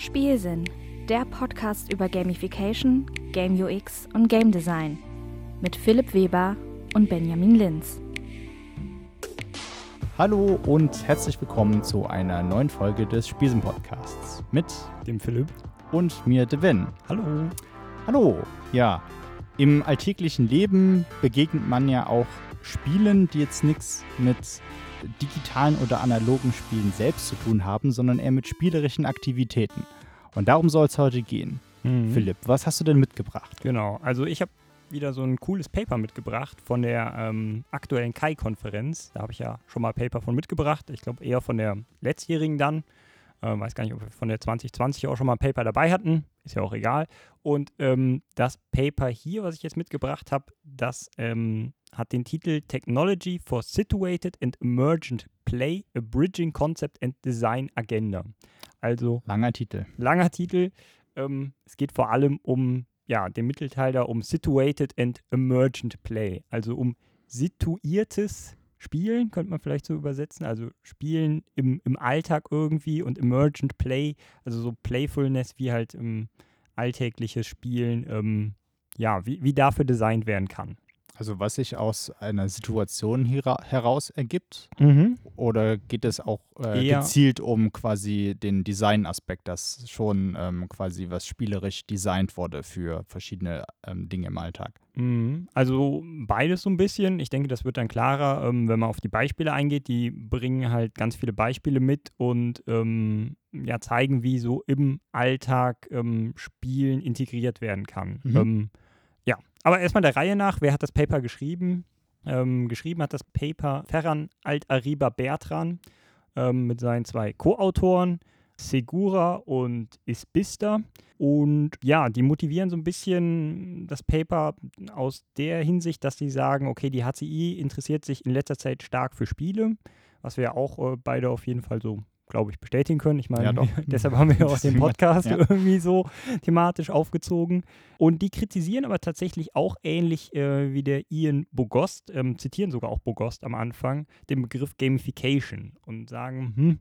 Spielsinn, der Podcast über Gamification, Game UX und Game Design mit Philipp Weber und Benjamin Linz. Hallo und herzlich willkommen zu einer neuen Folge des Spielsinn-Podcasts mit dem Philipp und mir, Devin. Hallo. Hallo, ja. Im alltäglichen Leben begegnet man ja auch Spielen, die jetzt nichts mit digitalen oder analogen Spielen selbst zu tun haben, sondern eher mit spielerischen Aktivitäten. Und darum soll es heute gehen. Philipp, was hast du denn mitgebracht? Genau, also ich habe wieder so ein cooles Paper mitgebracht von der aktuellen KAI-Konferenz. Da habe ich ja schon mal Paper von mitgebracht. Ich glaube eher von der letztjährigen dann. Weiß gar nicht, ob wir von der 2020 auch schon mal ein Paper dabei hatten. Ist ja auch egal. Und das Paper hier, was ich jetzt mitgebracht habe, das hat den Titel Technology for Situated and Emergent Play, a Bridging Concept and Design Agenda. Also Langer Titel. Es geht vor allem um den Mittelteil da um Situated and Emergent Play. Also um situiertes Spielen, könnte man vielleicht so übersetzen. Also Spielen im Alltag irgendwie und Emergent Play, also so Playfulness wie halt alltägliches Spielen, wie dafür designt werden kann. Also was sich aus einer Situation heraus ergibt? Oder geht es auch gezielt um quasi den Design-Aspekt, dass schon quasi was spielerisch designt wurde für verschiedene Dinge im Alltag? Also beides so ein bisschen. Ich denke, das wird dann klarer, wenn man auf die Beispiele eingeht. Die bringen halt ganz viele Beispiele mit und zeigen, wie so im Alltag Spielen integriert werden kann. Aber erstmal der Reihe nach, wer hat das Paper geschrieben? Geschrieben hat das Paper Ferran Altariba Bertran mit seinen zwei Co-Autoren, Segura und Isbister. Und ja, die motivieren so ein bisschen das Paper aus der Hinsicht, dass sie sagen, okay, die HCI interessiert sich in letzter Zeit stark für Spiele, was wir auch beide auf jeden Fall so, glaube ich, bestätigen können. Ich meine, deshalb haben wir ja auch den Podcast irgendwie so thematisch aufgezogen. Und die kritisieren aber tatsächlich auch ähnlich wie der Ian Bogost, zitieren sogar auch Bogost am Anfang, den Begriff Gamification und sagen,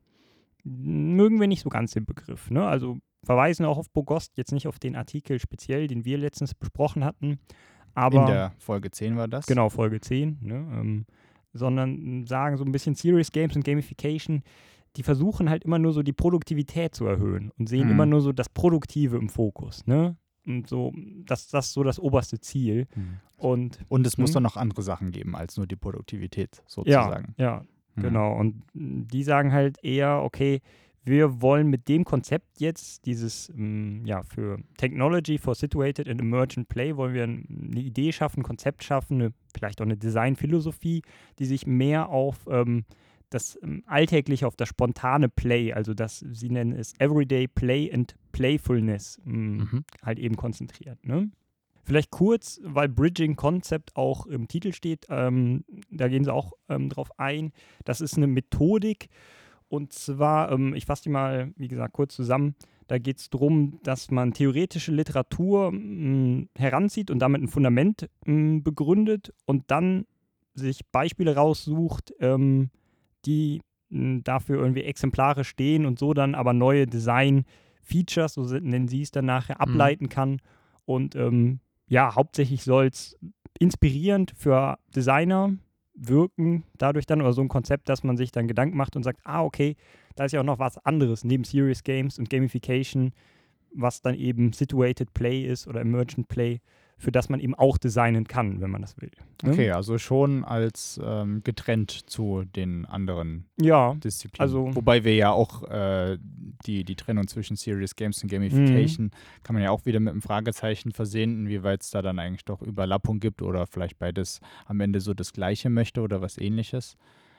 mögen wir nicht so ganz den Begriff. Ne? Also verweisen auch auf Bogost, jetzt nicht auf den Artikel speziell, den wir letztens besprochen hatten. Aber in der Folge 10 war das? Genau, Folge 10. Ne? Sondern sagen so ein bisschen Serious Games und Gamification, die versuchen halt immer nur so die Produktivität zu erhöhen und sehen immer nur so das Produktive im Fokus, ne? Und so, das ist so das oberste Ziel. Und es muss doch noch andere Sachen geben als nur die Produktivität sozusagen. Ja, genau. Und die sagen halt eher, okay, wir wollen mit dem Konzept jetzt dieses, für Technology for Situated and Emergent Play, wollen wir eine Idee schaffen, ein Konzept schaffen, vielleicht auch eine Designphilosophie, die sich mehr auf das Alltägliche, auf das spontane Play, also das, sie nennen es Everyday Play and Playfulness, halt eben konzentriert. Ne? Vielleicht kurz, weil Bridging Concept auch im Titel steht, da gehen sie auch drauf ein. Das ist eine Methodik und zwar, ich fasse die mal, wie gesagt, kurz zusammen. Da geht es darum, dass man theoretische Literatur heranzieht und damit ein Fundament begründet und dann sich Beispiele raussucht, die dafür irgendwie exemplarisch stehen und so dann aber neue Design-Features, so nennen sie es dann nachher, ableiten kann. Und hauptsächlich soll es inspirierend für Designer wirken, dadurch dann, oder so ein Konzept, dass man sich dann Gedanken macht und sagt, okay, da ist ja auch noch was anderes neben Serious Games und Gamification, was dann eben Situated Play ist oder Emergent Play, für das man eben auch designen kann, wenn man das will. Ne? Okay, also schon als getrennt zu den anderen Disziplinen. Also, wobei wir ja auch die Trennung zwischen Serious Games und Gamification kann man ja auch wieder mit einem Fragezeichen versehen, inwieweit es da dann eigentlich doch Überlappung gibt oder vielleicht beides am Ende so das Gleiche möchte oder was Ähnliches.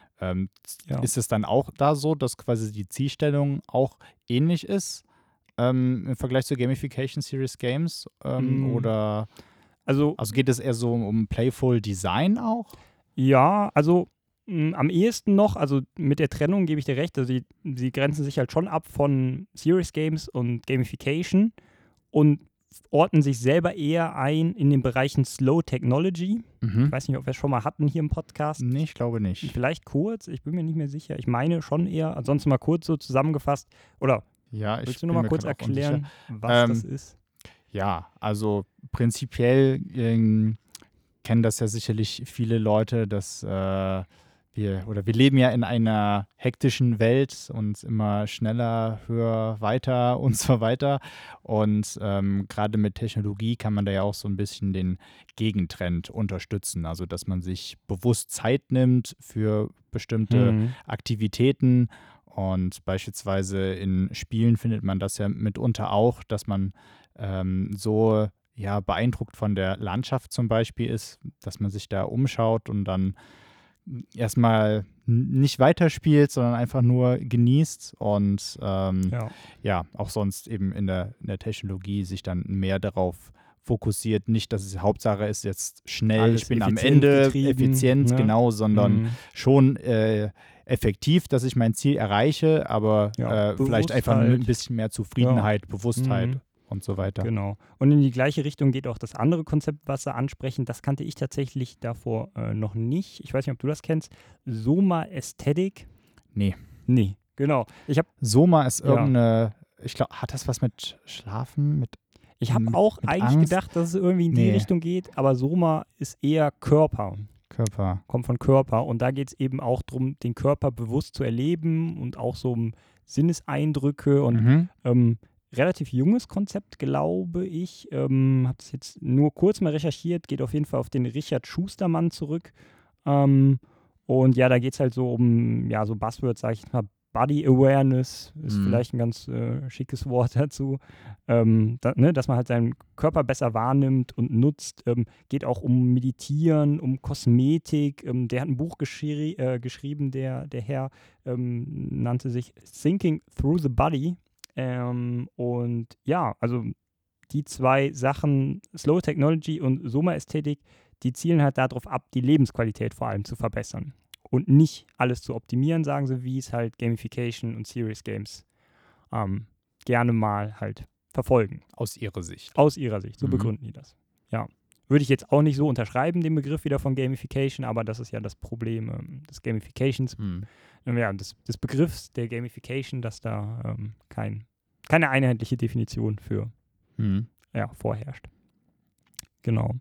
Ist es dann auch da so, dass quasi die Zielstellung auch ähnlich ist im Vergleich zu Gamification Serious Games? Oder also geht es eher so um Playful Design auch? Ja, also am ehesten noch, also mit der Trennung gebe ich dir recht, also sie grenzen sich halt schon ab von Serious Games und Gamification und ordnen sich selber eher ein in den Bereichen Slow Technology. Ich weiß nicht, ob wir es schon mal hatten hier im Podcast. Nee, ich glaube nicht. Vielleicht kurz, ich bin mir nicht mehr sicher. Ich meine schon eher, ansonsten mal kurz so zusammengefasst, oder Ja, ich Willst du bin noch mal mir kurz grad auch unsicher. erklären, was das ist? Ja, also prinzipiell kennen das ja sicherlich viele Leute, dass wir leben ja in einer hektischen Welt und immer schneller, höher, weiter und so weiter. Und gerade mit Technologie kann man da ja auch so ein bisschen den Gegentrend unterstützen. Also, dass man sich bewusst Zeit nimmt für bestimmte Aktivitäten. Und beispielsweise in Spielen findet man das ja mitunter auch, dass man so ja, beeindruckt von der Landschaft zum Beispiel ist, dass man sich da umschaut und dann erstmal nicht weiterspielt, sondern einfach nur genießt und ja, auch sonst eben in der Technologie sich dann mehr darauf fokussiert. Nicht, dass es Hauptsache ist jetzt schnell, Alles ich bin am effizient Ende, getrieben, effizient, ne? genau, sondern schon effektiv, dass ich mein Ziel erreiche, aber Ja, vielleicht einfach Bewusstheit. ein bisschen mehr Zufriedenheit, Bewusstheit Mhm. und so weiter. Genau. Und in die gleiche Richtung geht auch das andere Konzept, was sie ansprechen. Das kannte ich tatsächlich davor noch nicht. Ich weiß nicht, ob du das kennst. Soma Aesthetic. Nee. Nee, genau. Soma ist Ja. irgendeine, ich glaube, hat das was mit Schlafen, Ich habe mit auch eigentlich Angst? gedacht, dass es irgendwie in die Nee. Richtung geht, aber Soma ist eher Körper, Körper? kommt von Körper. Und da geht es eben auch darum, den Körper bewusst zu erleben und auch so um Sinneseindrücke und relativ junges Konzept, glaube ich. Habe es jetzt nur kurz mal recherchiert, geht auf jeden Fall auf den Richard Schustermann zurück. Und ja, da geht es halt so um, ja, so Buzzwords, sage ich mal, Body Awareness ist vielleicht ein ganz schickes Wort dazu. Dass man halt seinen Körper besser wahrnimmt und nutzt. Geht auch um Meditieren, um Kosmetik. Der hat ein Buch geschrieben, der Herr nannte sich Thinking Through the Body. Und ja, also die zwei Sachen, Slow Technology und Soma-Ästhetik, die zielen halt darauf ab, die Lebensqualität vor allem zu verbessern. Und nicht alles zu optimieren, sagen sie, wie es halt Gamification und Serious Games gerne mal halt verfolgen. Aus ihrer Sicht. Aus ihrer Sicht, so begründen die das. Ja. Würde ich jetzt auch nicht so unterschreiben, den Begriff wieder von Gamification, aber das ist ja das Problem des Gamifications. Ja, des Begriffs der Gamification, dass da keine einheitliche Definition für vorherrscht. Genau.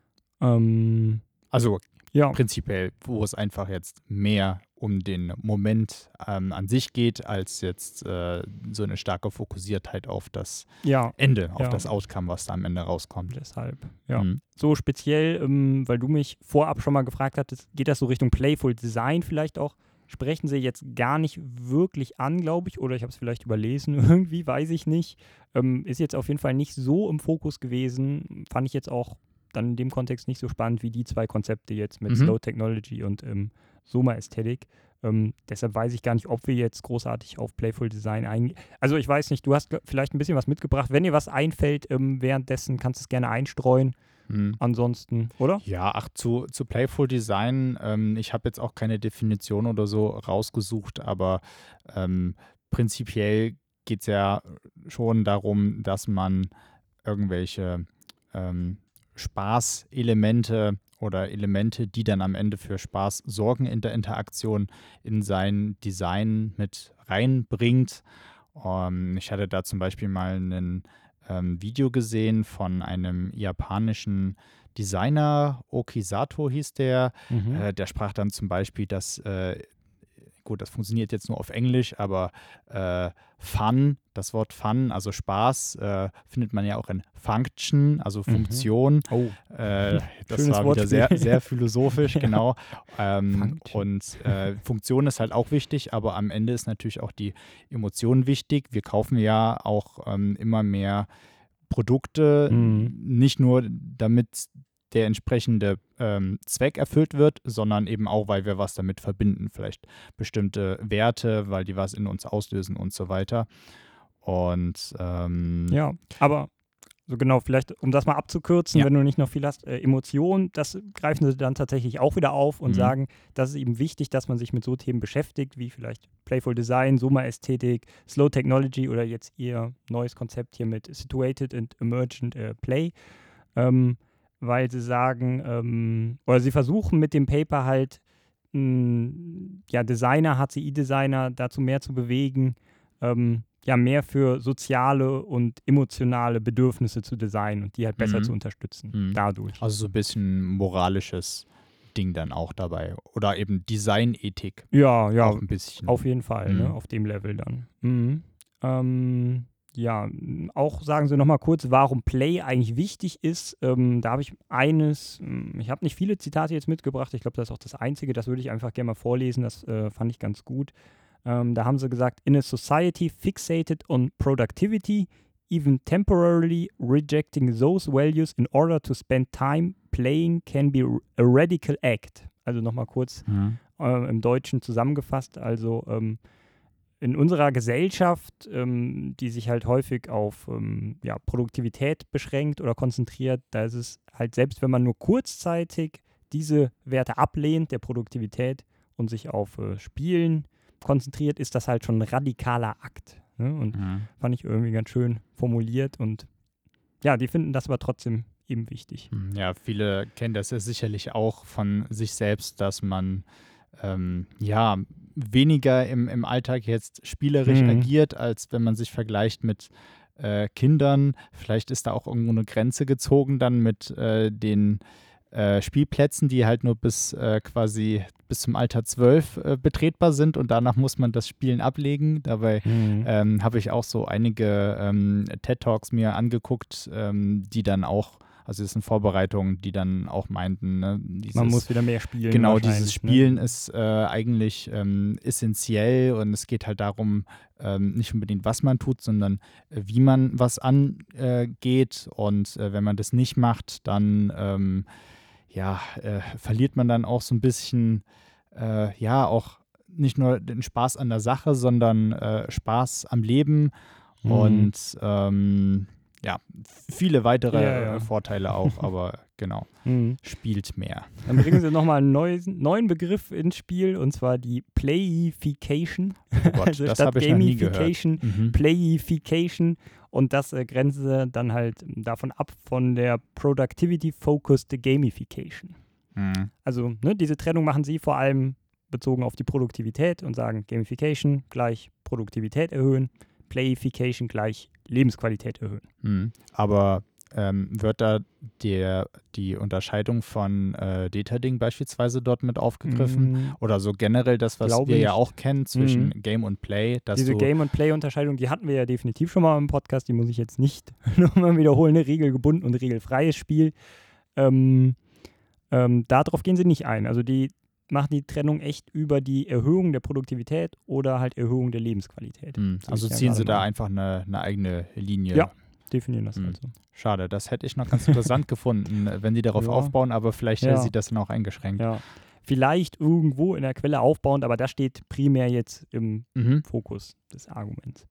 Also ja. prinzipiell, wo es einfach jetzt mehr um den Moment an sich geht, als jetzt so eine starke Fokussiertheit auf das Ende, auf das Outcome, was da am Ende rauskommt. Deshalb, ja. So speziell, weil du mich vorab schon mal gefragt hattest, geht das so Richtung Playful Design vielleicht auch? Sprechen sie jetzt gar nicht wirklich an, glaube ich, oder ich habe es vielleicht überlesen, irgendwie, weiß ich nicht. Ist jetzt auf jeden Fall nicht so im Fokus gewesen, fand ich jetzt auch dann in dem Kontext nicht so spannend wie die zwei Konzepte jetzt mit Slow Technology und Soma Aesthetic. Deshalb weiß ich gar nicht, ob wir jetzt großartig auf Playful Design eingehen. Also ich weiß nicht, du hast vielleicht ein bisschen was mitgebracht. Wenn dir was einfällt, währenddessen kannst du es gerne einstreuen. Ansonsten, oder? Ja, zu Playful Design, ich habe jetzt auch keine Definition oder so rausgesucht, aber prinzipiell geht es ja schon darum, dass man irgendwelche Spaßelemente oder Elemente, die dann am Ende für Spaß sorgen in der Interaktion, in sein Design mit reinbringt. Ich hatte da zum Beispiel mal ein Video gesehen von einem japanischen Designer, Okisato hieß der. Der sprach dann zum Beispiel, dass gut, das funktioniert jetzt nur auf Englisch, aber Fun, das Wort Fun, also Spaß, findet man ja auch in Function, also Funktion. Oh. Das war wieder sehr, sehr philosophisch, genau. Und Funktion ist halt auch wichtig, aber am Ende ist natürlich auch die Emotion wichtig. Wir kaufen ja auch immer mehr Produkte, nicht nur damit der entsprechende Zweck erfüllt wird, sondern eben auch, weil wir was damit verbinden. Vielleicht bestimmte Werte, weil die was in uns auslösen und so weiter. Und ja, aber so genau, vielleicht, um das mal abzukürzen, wenn du nicht noch viel hast, Emotionen, das greifen sie dann tatsächlich auch wieder auf und sagen, das ist eben wichtig, dass man sich mit so Themen beschäftigt, wie vielleicht Playful Design, Soma-Ästhetik, Slow Technology oder jetzt ihr neues Konzept hier mit Situated and Emergent Play. Weil sie sagen, oder sie versuchen mit dem Paper halt Designer, HCI-Designer dazu mehr zu bewegen, mehr für soziale und emotionale Bedürfnisse zu designen und die halt besser zu unterstützen dadurch. Also so ein bisschen moralisches Ding dann auch dabei. Oder eben Designethik. Ja, Auch ein bisschen. auf jeden Fall, ne, auf dem Level dann. Auch sagen Sie nochmal kurz, warum Play eigentlich wichtig ist. Da habe ich ich habe nicht viele Zitate jetzt mitgebracht, ich glaube, das ist auch das Einzige, das würde ich einfach gerne mal vorlesen, das fand ich ganz gut. Da haben sie gesagt, in a society fixated on productivity, even temporarily rejecting those values in order to spend time playing can be a radical act. Also nochmal kurz im Deutschen zusammengefasst, also in unserer Gesellschaft, die sich halt häufig auf Produktivität beschränkt oder konzentriert, da ist es halt, selbst wenn man nur kurzzeitig diese Werte ablehnt, der Produktivität, und sich auf Spielen konzentriert, ist das halt schon ein radikaler Akt. Ne? Und fand ich irgendwie ganz schön formuliert und ja, die finden das aber trotzdem eben wichtig. Ja, viele kennen das ja sicherlich auch von sich selbst, dass man weniger im Alltag jetzt spielerisch agiert, als wenn man sich vergleicht mit Kindern. Vielleicht ist da auch irgendwo eine Grenze gezogen dann mit den Spielplätzen, die halt nur bis zum Alter 12 betretbar sind und danach muss man das Spielen ablegen. Dabei habe ich auch so einige TED-Talks mir angeguckt, die dann auch, also das sind Vorbereitungen, die dann auch meinten, ne, man muss wieder mehr spielen. Genau, dieses Spielen ist eigentlich essentiell und es geht halt darum, nicht unbedingt, was man tut, sondern wie man was angeht und wenn man das nicht macht, dann verliert man dann auch so ein bisschen, auch nicht nur den Spaß an der Sache, sondern Spaß am Leben und viele weitere Vorteile auch, aber genau, spielt mehr. Dann bringen Sie nochmal einen neuen Begriff ins Spiel, und zwar die Playification. Oh Gott, also das habe ich noch nie gehört. Playification, und das grenze dann halt davon ab von der Productivity-Focused Gamification. Also diese Trennung machen Sie vor allem bezogen auf die Produktivität und sagen Gamification gleich Produktivität erhöhen, Playification gleich Lebensqualität erhöhen. Aber wird da die Unterscheidung von Deterding beispielsweise dort mit aufgegriffen? Oder so generell das, was wir ja auch kennen zwischen Game und Play? Diese Game- und Play-Unterscheidung, die hatten wir ja definitiv schon mal im Podcast, die muss ich jetzt nicht nochmal wiederholen, eine regelgebunden und regelfreies Spiel. Darauf gehen sie nicht ein. Also die machen die Trennung echt über die Erhöhung der Produktivität oder halt Erhöhung der Lebensqualität. Also ziehen sie da einfach eine eigene Linie. Ja, definieren das also. Schade, das hätte ich noch ganz interessant gefunden, wenn die darauf aufbauen, aber vielleicht sieht das dann auch eingeschränkt. Ja. Vielleicht irgendwo in der Quelle aufbauend, aber das steht primär jetzt im Fokus des Arguments.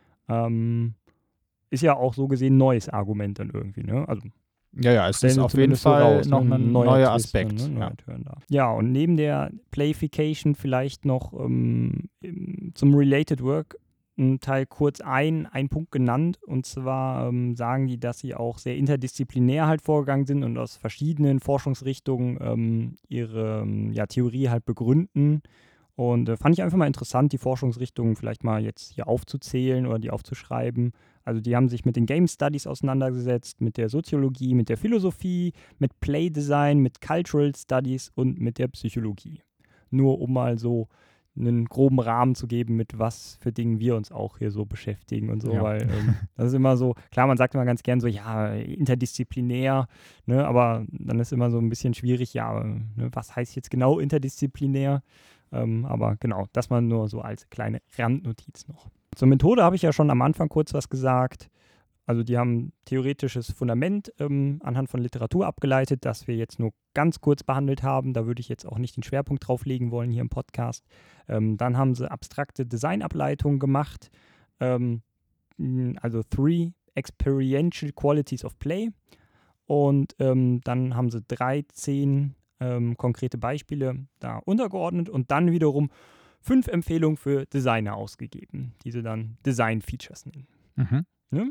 Ist ja auch so gesehen ein neues Argument dann irgendwie, ne? Also es ist auf jeden Fall noch ein neuer Aspekt. Ja, und neben der Playification vielleicht noch zum Related Work Teil kurz ein Punkt genannt, und zwar sagen die, dass sie auch sehr interdisziplinär halt vorgegangen sind und aus verschiedenen Forschungsrichtungen ihre Theorie halt begründen. Und fand ich einfach mal interessant, die Forschungsrichtungen vielleicht mal jetzt hier aufzuzählen oder die aufzuschreiben. Also die haben sich mit den Game Studies auseinandergesetzt, mit der Soziologie, mit der Philosophie, mit Play Design, mit Cultural Studies und mit der Psychologie. Nur um mal so einen groben Rahmen zu geben, mit was für Dingen wir uns auch hier so beschäftigen und so, weil das ist immer so, klar, man sagt immer ganz gern so, ja, interdisziplinär, ne, aber dann ist immer so ein bisschen schwierig, was heißt jetzt genau interdisziplinär? Aber genau, das mal nur so als kleine Randnotiz noch. Zur Methode habe ich ja schon am Anfang kurz was gesagt. Also die haben theoretisches Fundament anhand von Literatur abgeleitet, das wir jetzt nur ganz kurz behandelt haben. Da würde ich jetzt auch nicht den Schwerpunkt drauf legen wollen hier im Podcast. Dann haben sie abstrakte Designableitungen gemacht, also 3 Experiential Qualities of Play. Und dann haben sie 13 konkrete Beispiele da untergeordnet und dann wiederum 5 Empfehlungen für Designer ausgegeben, die sie dann Design-Features nennen. Ne?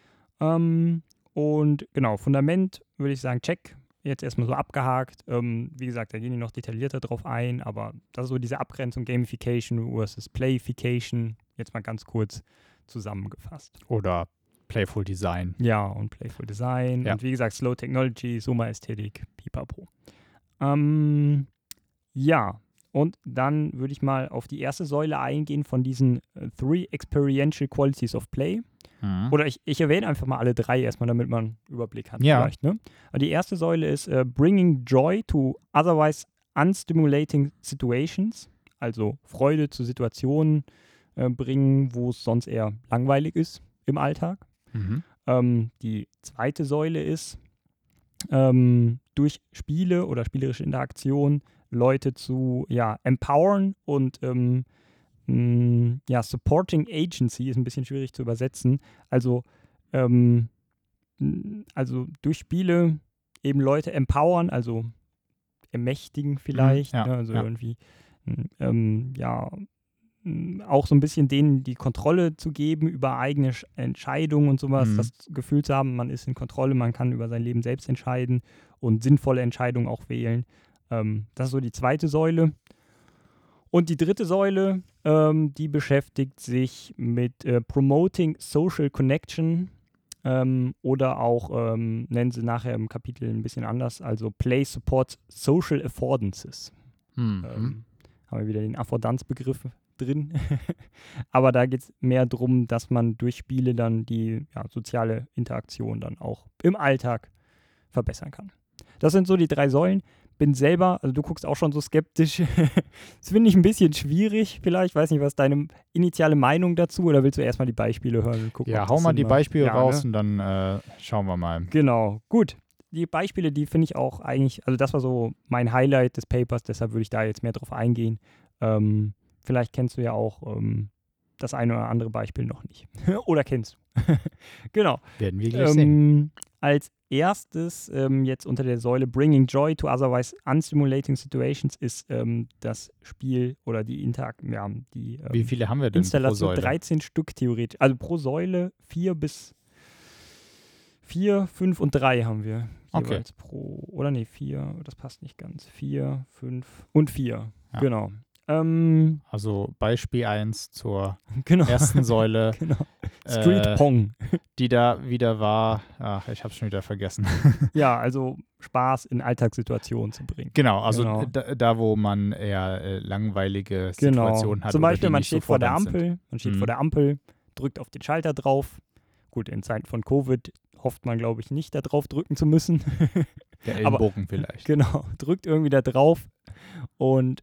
Und genau, Fundament würde ich sagen, check, jetzt erstmal so abgehakt. Wie gesagt, da gehen die noch detaillierter drauf ein, aber das ist so diese Abgrenzung Gamification versus Playification, jetzt mal ganz kurz zusammengefasst. Oder Playful Design. Ja, und Playful Design. Ja. Und wie gesagt, Slow Technology, Soma-Ästhetik, pipapo. Ja, und dann würde ich mal auf die erste Säule eingehen von diesen 3 Experiential Qualities of Play. Mhm. Oder ich erwähne einfach mal alle 3 erstmal, damit man einen Überblick hat. Ja. Vielleicht, ne? Aber die erste Säule ist Bringing Joy to otherwise unstimulating situations. Also Freude zu Situationen bringen, wo es sonst eher langweilig ist im Alltag. Mhm. Die zweite Säule ist, durch Spiele oder spielerische Interaktion Leute zu empowern und supporting agency ist ein bisschen schwierig zu übersetzen. Also durch Spiele eben Leute empowern, also ermächtigen vielleicht, Ja, ne? Also ja. irgendwie auch so ein bisschen denen die Kontrolle zu geben über eigene Entscheidungen und sowas, Mhm. das Gefühl zu haben, man ist in Kontrolle, man kann über sein Leben selbst entscheiden und sinnvolle Entscheidungen auch wählen. Das ist so die zweite Säule. Und die dritte Säule, die beschäftigt sich mit Promoting Social Connection oder auch, nennen sie nachher im Kapitel ein bisschen anders, also Play Supports Social Affordances. Mhm. Haben wir wieder den Affordanzbegriff drin. Aber da geht es mehr darum, dass man durch Spiele dann die soziale Interaktion dann auch im Alltag verbessern kann. Das sind so die 3 Säulen. Bin selber, also du guckst auch schon so skeptisch. Das finde ich ein bisschen schwierig vielleicht. Weiß nicht, was ist deine initiale Meinung dazu oder willst du erstmal die Beispiele hören und gucken? Ja, ob hau das mal Sinn die macht? Beispiele raus Ne? und dann schauen wir mal. Genau, gut. Die Beispiele, die finde ich auch eigentlich, also das war so mein Highlight des Papers, deshalb würde ich da jetzt mehr drauf eingehen. Vielleicht kennst du ja auch das eine oder andere Beispiel noch nicht. Oder kennst du. Genau. Werden wir gleich sehen. Als erstes jetzt unter der Säule Bringing Joy to otherwise unstimulating situations ist das Spiel oder die Interaktion, Wie viele haben wir denn pro Installation, Säule? 13 Stück theoretisch. Also pro Säule 4, 5 und 3 haben wir jeweils pro, oder nee, 4, das passt nicht ganz. 4, 5 und 4, Ja. genau. Also Beispiel 1 zur Genau. ersten Säule, Genau. Street Pong. die da wieder war, ich habe es schon wieder vergessen. Ja, also Spaß in Alltagssituationen zu bringen. Genau, also Genau. Da, wo man eher langweilige Genau. Situationen hat. Zum oder Beispiel, die man nicht so steht vor der fordernd sind. Ampel, Mhm. drückt auf den Schalter drauf. Gut, in Zeiten von Covid hofft man, glaube ich, nicht, da drauf drücken zu müssen. Der Aber- Ellenbogen vielleicht. Genau, drückt irgendwie da drauf und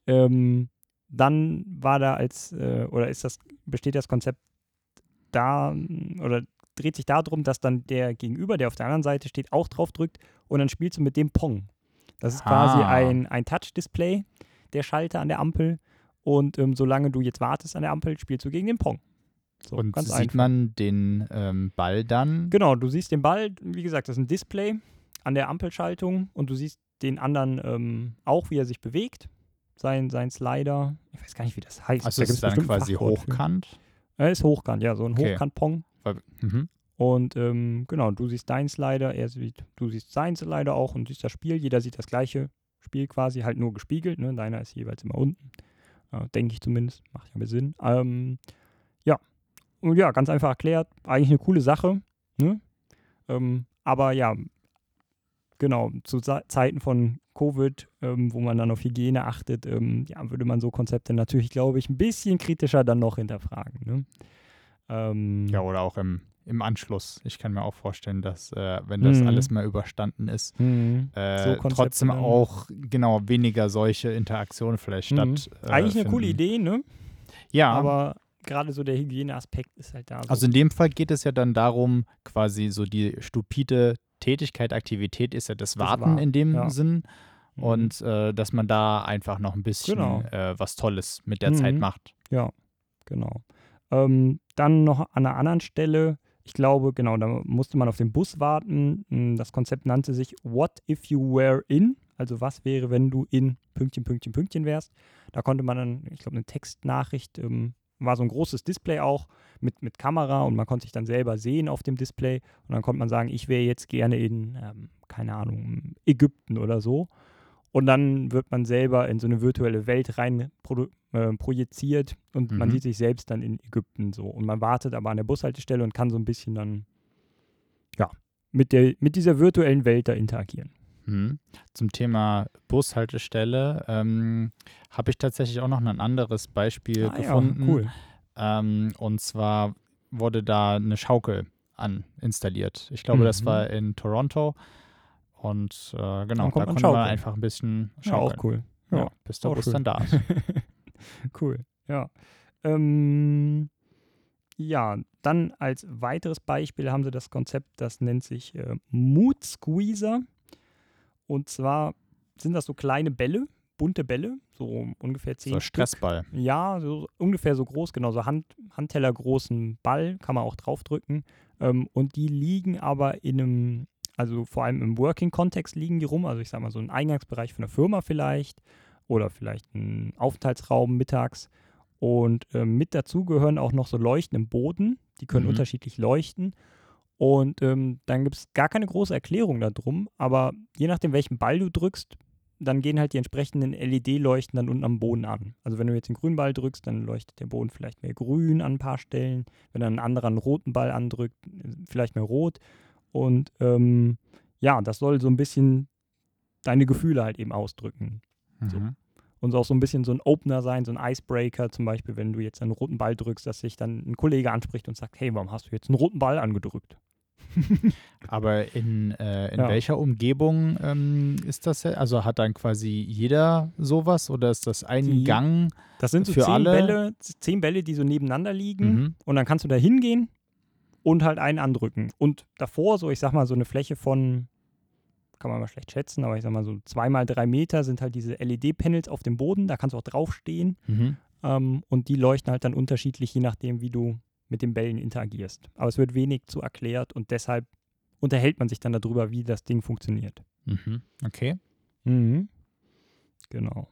dann war da besteht das Konzept da oder dreht sich darum, dass dann der Gegenüber, der auf der anderen Seite steht, auch drauf drückt und dann spielst du mit dem Pong. Das ist quasi ein Touch-Display, der Schalter an der Ampel und solange du jetzt wartest an der Ampel, spielst du gegen den Pong. So, Und ganz sieht einfach. man den Ball dann? Genau, du siehst den Ball, wie gesagt, das ist ein Display an der Ampelschaltung und du siehst den anderen auch, wie er sich bewegt. Sein Slider, ich weiß gar nicht, wie das heißt. Also Da ist gibt's es dann bestimmt ein quasi Fachwort für. hochkant? Er ist hochkant, ja, so ein Okay. Hochkant-Pong. Mhm. Und genau, du siehst deinen Slider, du siehst seinen Slider auch und siehst das Spiel. Jeder sieht das gleiche Spiel quasi, halt nur gespiegelt. Ne? Deiner ist jeweils immer unten. Denke ich zumindest. Macht ja mehr Sinn. Ja. Und ja, ganz einfach erklärt. Eigentlich eine coole Sache. Ne? Aber ja, genau, zu Zeiten von Covid, wo man dann auf Hygiene achtet, würde man so Konzepte natürlich, glaube ich, ein bisschen kritischer dann noch hinterfragen. Ne? Ja, oder auch im Anschluss. Ich kann mir auch vorstellen, dass, wenn das alles mal überstanden ist, So Konzepte trotzdem dann. auch weniger solche Interaktionen vielleicht statt. Eigentlich eine coole Idee, ne? Ja, Aber gerade so der Hygieneaspekt ist halt da. So. also in dem Fall geht es ja dann darum, quasi so die stupide Tätigkeit, Aktivität ist ja das Warten in dem Sinn. Mhm. Und dass man da einfach noch ein bisschen was Tolles mit der Zeit macht. Ja, genau. Dann noch an einer anderen Stelle, ich glaube, genau, da musste man auf den Bus warten. Das Konzept nannte sich What if you were in? Also was wäre, wenn du in Pünktchen, Pünktchen, Pünktchen wärst? Da konnte man dann, ich glaube, eine Textnachricht, war so ein großes Display auch mit Kamera und man konnte sich dann selber sehen auf dem Display und dann konnte man sagen, ich wäre jetzt gerne in, keine Ahnung, Ägypten oder so. Und dann wird man selber in so eine virtuelle Welt rein projiziert und man sieht sich selbst dann in Ägypten so. Und man wartet aber an der Bushaltestelle und kann so ein bisschen dann mit dieser virtuellen Welt da interagieren. Zum Thema Bushaltestelle habe ich tatsächlich auch noch ein anderes Beispiel gefunden. Ja, cool. Und zwar wurde da eine Schaukel installiert. Ich glaube, das war in Toronto. Und genau, da konnte man einfach ein bisschen schaukeln. Ja, auch cool. Ja, bis der Bus dann da ist. Cool, ja. Ja, dann als weiteres Beispiel haben sie das Konzept, das nennt sich Mood Squeezer. Und zwar sind das so kleine Bälle, bunte Bälle, so ungefähr 10 so Stück. Stressball. Ja, so ungefähr so groß, genau, so handtellergroßen Ball kann man auch draufdrücken. Und die liegen aber also vor allem im Working-Kontext liegen die rum, also ich sag mal so ein Eingangsbereich von einer Firma vielleicht oder vielleicht ein Aufenthaltsraum mittags. Und mit dazu gehören auch noch so Leuchten im Boden, die können unterschiedlich leuchten. Und dann gibt es gar keine große Erklärung darum, aber je nachdem, welchen Ball du drückst, dann gehen halt die entsprechenden LED-Leuchten dann unten am Boden an. Also wenn du jetzt den grünen Ball drückst, dann leuchtet der Boden vielleicht mehr grün an ein paar Stellen. Wenn dann ein anderer einen roten Ball andrückt, vielleicht mehr rot. Und das soll so ein bisschen deine Gefühle halt eben ausdrücken. So. Und so auch so ein bisschen so ein Opener sein, so ein Icebreaker, zum Beispiel, wenn du jetzt einen roten Ball drückst, dass sich dann ein Kollege anspricht und sagt, hey, warum hast du jetzt einen roten Ball angedrückt? Aber in welcher Umgebung ist das? Also hat dann quasi jeder sowas oder ist das ein Gang? Das sind so für 10 Bälle, die so nebeneinander liegen und dann kannst du da hingehen und halt einen andrücken. Und davor so, ich sag mal, so eine Fläche von, kann man mal schlecht schätzen, aber ich sag mal so 2 mal 3 Meter sind halt diese LED-Panels auf dem Boden, da kannst du auch draufstehen und die leuchten halt dann unterschiedlich, je nachdem, wie du mit den Bällen interagierst. Aber es wird wenig zu erklärt und deshalb unterhält man sich dann darüber, wie das Ding funktioniert. Okay. Genau.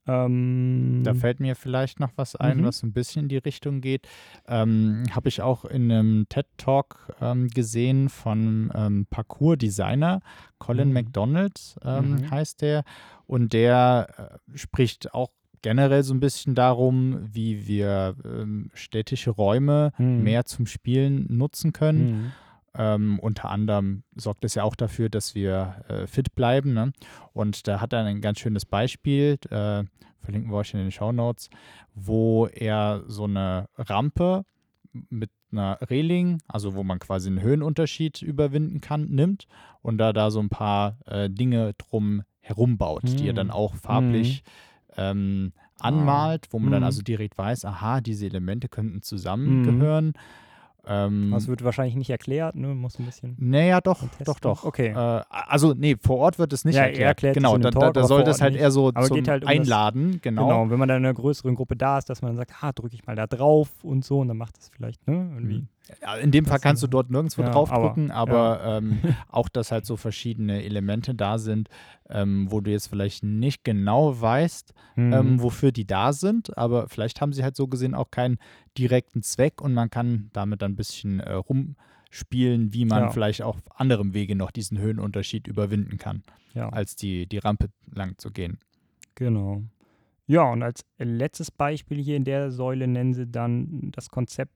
Da fällt mir vielleicht noch was ein, was so ein bisschen in die Richtung geht. Habe ich auch in einem TED-Talk gesehen von Parkour-Designer. Colin McDonald heißt der. Und der spricht auch generell so ein bisschen darum, wie wir städtische Räume mehr zum Spielen nutzen können. Unter anderem sorgt es ja auch dafür, dass wir fit bleiben. Ne? Und da hat er ein ganz schönes Beispiel, verlinken wir euch in den Shownotes, wo er so eine Rampe mit einer Reling, also wo man quasi einen Höhenunterschied überwinden kann, nimmt und da so ein paar Dinge drum herum baut, die er dann auch farblich anmalt, wo man dann also direkt weiß, aha, diese Elemente könnten zusammengehören. Das wird wahrscheinlich nicht erklärt, ne? Muss ein bisschen. Naja, doch. Okay. Vor Ort wird es nicht erklärt. Er erklärt genau, da soll das halt eher so aber zum geht halt um Einladen, genau, wenn man dann in einer größeren Gruppe da ist, dass man dann sagt, drücke ich mal da drauf und so und dann macht das vielleicht, ne? Irgendwie. Ja, in dem Fall kannst du dort nirgendwo draufdrücken, aber auch, dass halt so verschiedene Elemente da sind, wo du jetzt vielleicht nicht genau weißt, wofür die da sind, aber vielleicht haben sie halt so gesehen auch keinen direkten Zweck und man kann damit dann ein bisschen rumspielen, wie man vielleicht auf anderem Wege noch diesen Höhenunterschied überwinden kann, als die Rampe lang zu gehen. Genau. Ja, und als letztes Beispiel hier in der Säule nennen sie dann das Konzept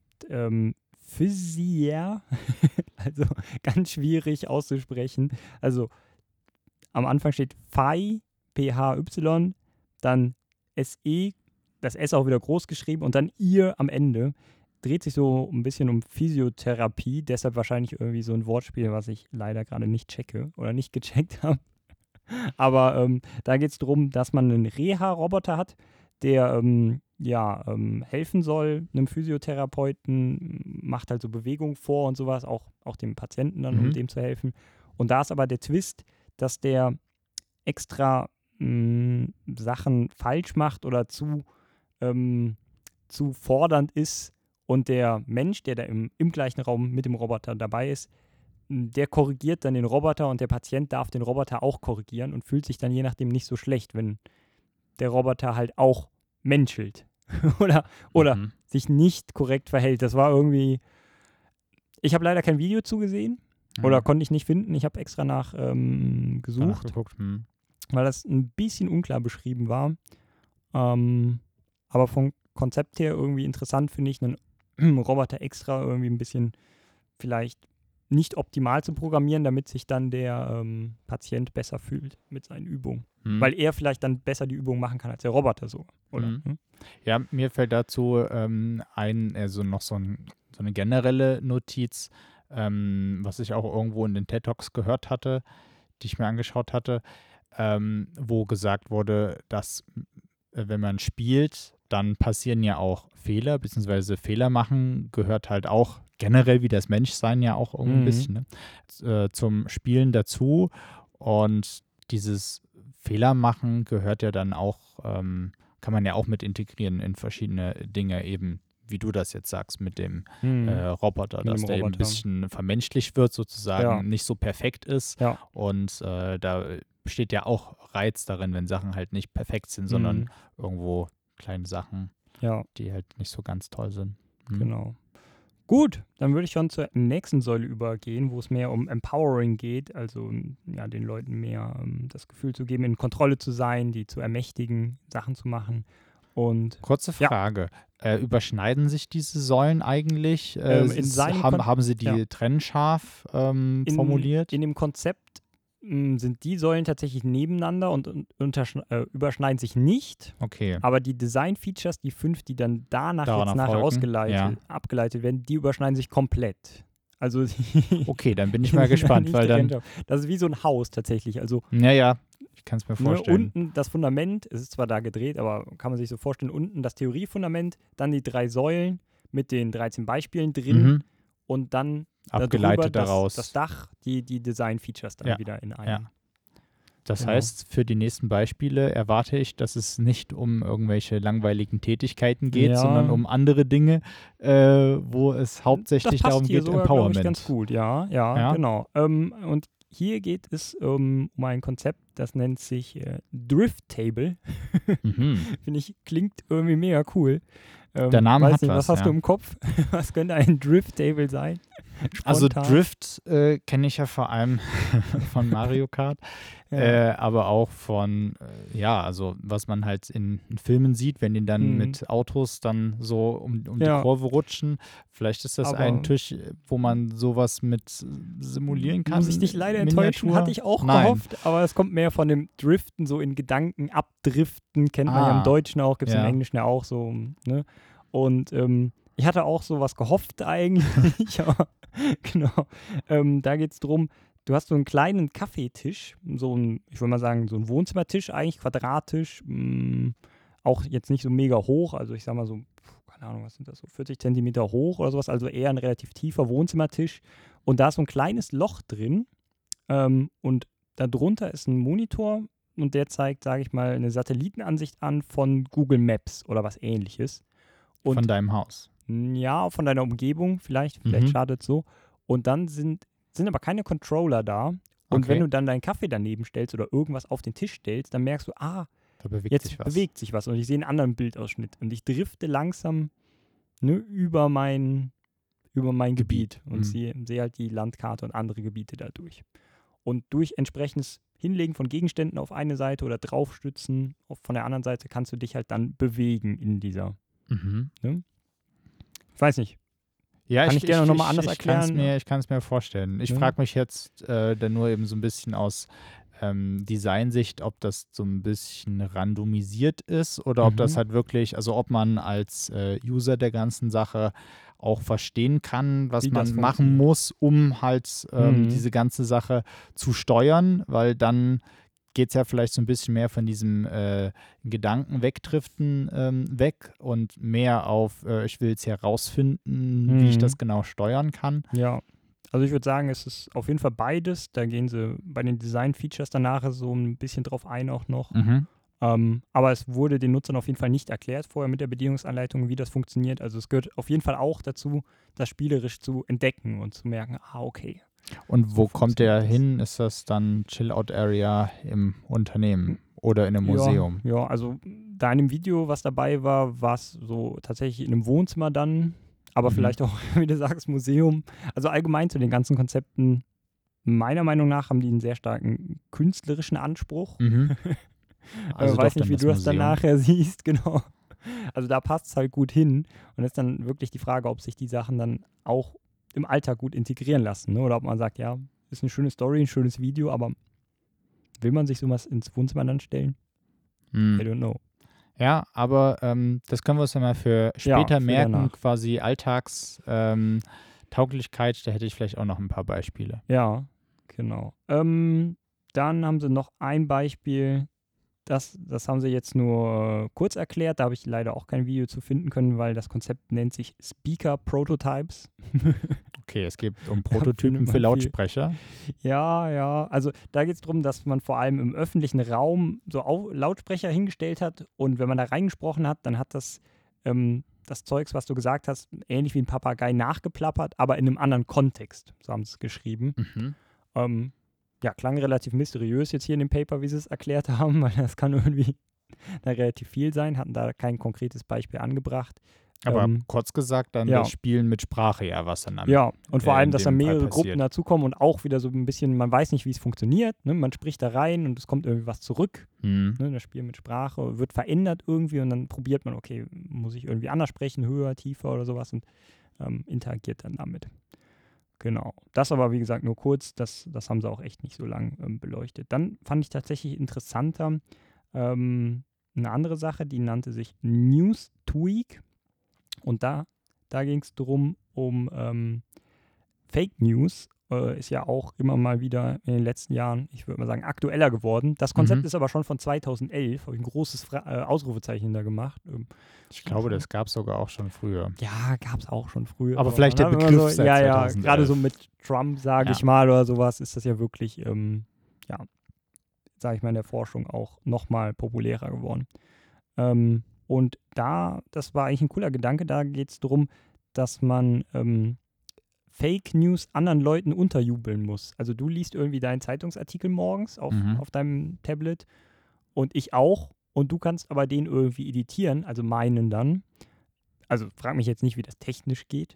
Physier, also ganz schwierig auszusprechen. Also am Anfang steht Phi, P-H-Y, dann S-E, das S auch wieder groß geschrieben und dann ihr am Ende. Dreht sich so ein bisschen um Physiotherapie, deshalb wahrscheinlich irgendwie so ein Wortspiel, was ich leider gerade nicht checke oder nicht gecheckt habe. Aber da geht es darum, dass man einen Reha-Roboter hat, der helfen soll, einem Physiotherapeuten, macht halt so Bewegungen vor und sowas, auch dem Patienten dann, um dem zu helfen. Und da ist aber der Twist, dass der extra Sachen falsch macht oder zu fordernd ist und der Mensch, der da im gleichen Raum mit dem Roboter dabei ist, der korrigiert dann den Roboter und der Patient darf den Roboter auch korrigieren und fühlt sich dann je nachdem nicht so schlecht, wenn der Roboter halt auch menschelt oder sich nicht korrekt verhält. Das war irgendwie, ich habe leider kein Video zugesehen oder konnte ich nicht finden. Ich habe extra nach gesucht. weil das ein bisschen unklar beschrieben war. Aber vom Konzept her irgendwie interessant, finde ich, einen Roboter extra irgendwie ein bisschen vielleicht nicht optimal zu programmieren, damit sich dann der Patient besser fühlt mit seinen Übungen. Weil er vielleicht dann besser die Übungen machen kann als der Roboter so, oder? Ja, mir fällt dazu noch so eine generelle Notiz, was ich auch irgendwo in den TED Talks gehört hatte, die ich mir angeschaut hatte, wo gesagt wurde, dass wenn man spielt, dann passieren ja auch Fehler, beziehungsweise Fehler machen gehört halt auch generell wie das Menschsein ja auch irgendwie ein bisschen zum Spielen dazu. Und dieses Fehler machen gehört ja dann auch, kann man ja auch mit integrieren in verschiedene Dinge, eben wie du das jetzt sagst mit dem Roboter, dass der eben ein bisschen vermenschlicht wird sozusagen, nicht so perfekt ist. Ja. Und da besteht ja auch Reiz darin, wenn Sachen halt nicht perfekt sind, sondern irgendwo kleine Sachen, die halt nicht so ganz toll sind. Genau. Gut, dann würde ich schon zur nächsten Säule übergehen, wo es mehr um Empowering geht, also den Leuten mehr das Gefühl zu geben, in Kontrolle zu sein, die zu ermächtigen, Sachen zu machen. Und kurze Frage, überschneiden sich diese Säulen eigentlich? Haben sie die trennscharf formuliert? In dem Konzept sind die Säulen tatsächlich nebeneinander und überschneiden sich nicht. Okay. Aber die Design-Features, die 5, die dann nachher abgeleitet werden, die überschneiden sich komplett. Also okay, dann bin ich mal gespannt, weil dann... Das ist wie so ein Haus tatsächlich. Also, ja, ich kann es mir vorstellen. Unten das Fundament, es ist zwar da gedreht, aber kann man sich so vorstellen, unten das Theoriefundament, dann die 3 Säulen mit den 13 Beispielen drin und dann abgeleitet daraus das Dach, die Design-Features dann wieder in einem. Ja. Das heißt, für die nächsten Beispiele erwarte ich, dass es nicht um irgendwelche langweiligen Tätigkeiten geht, sondern um andere Dinge, wo es hauptsächlich darum geht, sogar, Empowerment. Ich, ganz gut, ja, genau. Und hier geht es um ein Konzept, das nennt sich Drift Table. Finde ich, klingt irgendwie mega cool. Der Name hat was. Was hast du im Kopf? Was könnte ein Drift Table sein? Spontan. Also Drift kenne ich ja vor allem von Mario Kart, aber auch von, also was man halt in Filmen sieht, wenn die dann mit Autos dann so um die Kurve rutschen. Vielleicht ist das ein Tisch, wo man sowas mit simulieren kann. Muss ich dich leider enttäuschen, hatte ich auch gehofft, aber es kommt mehr von dem Driften, so in Gedanken abdriften, kennt man ja im Deutschen auch, gibt es im Englischen ja auch so, ne? Und ich hatte auch sowas gehofft eigentlich, aber genau. Da geht es darum, du hast so einen kleinen Kaffeetisch, ich würde mal sagen, so ein Wohnzimmertisch eigentlich, Quadrattisch, auch jetzt nicht so mega hoch, also ich sag mal so, keine Ahnung, was sind das, so 40 Zentimeter hoch oder sowas, also eher ein relativ tiefer Wohnzimmertisch. Und da ist so ein kleines Loch drin und darunter ist ein Monitor und der zeigt, sage ich mal, eine Satellitenansicht an von Google Maps oder was Ähnliches. Und von deinem Haus? Ja, von deiner Umgebung, vielleicht startet es so. Und dann sind aber keine Controller da. Und wenn du dann deinen Kaffee daneben stellst oder irgendwas auf den Tisch stellst, dann merkst du, da bewegt sich was. Und ich sehe einen anderen Bildausschnitt. Und ich drifte langsam über mein Gebiet und sehe halt die Landkarte und andere Gebiete dadurch. Und durch entsprechendes Hinlegen von Gegenständen auf eine Seite oder draufstützen von der anderen Seite kannst du dich halt dann bewegen in dieser. Ne? Ich weiß nicht. Ja, kann ich gerne nochmal anders erklären? Ich kann es mir vorstellen. Ich frage mich jetzt dann nur eben so ein bisschen aus Designsicht, ob das so ein bisschen randomisiert ist oder ob das halt wirklich, also ob man als User der ganzen Sache auch verstehen kann, was man machen muss, um halt diese ganze Sache zu steuern, weil dann geht es ja vielleicht so ein bisschen mehr von diesem Gedanken wegdriften weg und mehr auf, ich will jetzt herausfinden, wie ich das genau steuern kann. Ja, also ich würde sagen, es ist auf jeden Fall beides. Da gehen sie bei den Design-Features danach so ein bisschen drauf ein auch noch. Aber es wurde den Nutzern auf jeden Fall nicht erklärt vorher mit der Bedienungsanleitung, wie das funktioniert. Also es gehört auf jeden Fall auch dazu, das spielerisch zu entdecken und zu merken, okay. Und wo kommt der hin? Ist das dann Chill-Out-Area im Unternehmen oder in einem Museum? Ja, also da in dem Video, was dabei war, war es so tatsächlich in einem Wohnzimmer dann, aber vielleicht auch, wie du sagst, Museum. Also allgemein zu den ganzen Konzepten meiner Meinung nach haben die einen sehr starken künstlerischen Anspruch. Also weiß doch nicht, wie dann du das dann Museum. nachher siehst, genau. Also da passt es halt gut hin. Und ist dann wirklich die Frage, ob sich die Sachen dann auch im Alltag gut integrieren lassen. Ne? Oder ob man sagt, ja, ist eine schöne Story, ein schönes Video, aber will man sich sowas ins Wohnzimmer dann stellen? I don't know. Ja, aber das können wir uns ja mal für später für merken, danach. quasi Alltagstauglichkeit, da hätte ich vielleicht auch noch ein paar Beispiele. Ja, genau. Dann haben sie noch ein Beispiel, das haben sie jetzt nur kurz erklärt, da habe ich leider auch kein Video zu finden können, weil das Konzept nennt sich Speaker Prototypes. Okay, es geht um Prototypen für Lautsprecher. Ja, also da geht es darum, dass man vor allem im öffentlichen Raum so Lautsprecher hingestellt hat und wenn man da reingesprochen hat, dann hat das Zeugs, was du gesagt hast, ähnlich wie ein Papagei nachgeplappert, aber in einem anderen Kontext, so haben sie es geschrieben. Ja, klang relativ mysteriös jetzt hier in dem Paper, wie sie es erklärt haben, weil das kann irgendwie da relativ viel sein, hatten da kein konkretes Beispiel angebracht. Aber kurz gesagt, dann das Spielen mit Sprache, ja, was dann am Ja, und vor allem, in dass da dem Fall mehrere passiert. Gruppen dazukommen und auch wieder so ein bisschen, man weiß nicht, wie es funktioniert, ne? Man spricht da rein und es kommt irgendwie was zurück. Ne? Das Spiel mit Sprache wird verändert irgendwie und dann probiert man, okay, muss ich irgendwie anders sprechen, höher, tiefer oder sowas und interagiert dann damit. Genau. Das aber, wie gesagt, nur kurz, das haben sie auch echt nicht so lang beleuchtet. Dann fand ich tatsächlich interessanter eine andere Sache, die nannte sich News Tweak. Und da ging es darum, um Fake News. Ist ja auch immer mal wieder in den letzten Jahren, ich würde mal sagen, aktueller geworden. Das Konzept ist aber schon von 2011, habe ich ein großes Ausrufezeichen da gemacht. Ich glaube, das gab es sogar auch schon früher. Ja, gab es auch schon früher. Aber vielleicht der man Begriff so, seit ja, 2011. gerade so mit Trump, sage ich mal, oder sowas, ist das ja wirklich, sage ich mal, in der Forschung auch nochmal populärer geworden. Und das war eigentlich ein cooler Gedanke, da geht es darum, dass man Fake News anderen Leuten unterjubeln muss. Also du liest irgendwie deinen Zeitungsartikel morgens auf deinem Tablet und ich auch und du kannst aber den irgendwie editieren, also meinen dann. Also frag mich jetzt nicht, wie das technisch geht.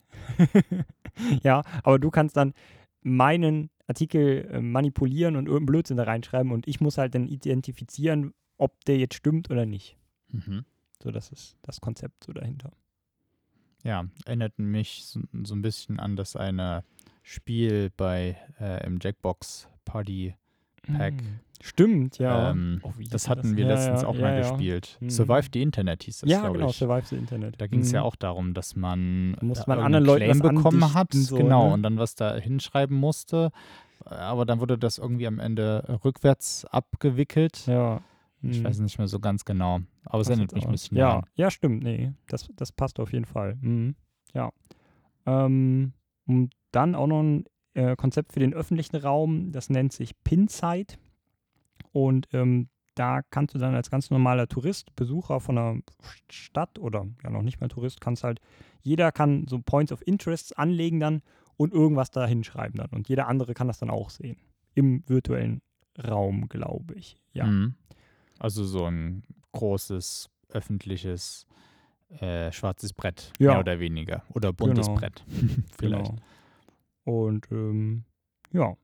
Ja, aber du kannst dann meinen Artikel manipulieren und irgendeinen Blödsinn da reinschreiben und ich muss halt dann identifizieren, ob der jetzt stimmt oder nicht. So, das ist das Konzept so dahinter. Ja, erinnert mich so ein bisschen an das eine Spiel im Jackbox Party Pack. Stimmt, ja. Das hatten wir letztens auch mal gespielt. Survive the Internet hieß das, ja, glaube genau, ich. Survive the Internet. Da ging es ja auch darum, dass man anderen Leuten Claim was bekommen hat, andichten, so, genau, ne? und dann was da hinschreiben musste. Aber dann wurde das irgendwie am Ende rückwärts abgewickelt. Ja. Ich weiß nicht mehr so ganz genau. Aber es erinnert mich ein bisschen daran. Ja, stimmt. Nee, das passt auf jeden Fall. Ja. Und dann auch noch ein Konzept für den öffentlichen Raum, das nennt sich Pinside. Und da kannst du dann als ganz normaler Tourist, Besucher von einer Stadt oder ja noch nicht mal Tourist, jeder kann so Points of Interest anlegen dann und irgendwas da hinschreiben dann. Und jeder andere kann das dann auch sehen. Im virtuellen Raum, glaube ich. Ja. Also so ein großes, öffentliches, schwarzes Brett, Ja. mehr oder weniger. Oder buntes Genau. Brett, vielleicht. Genau. Und ja.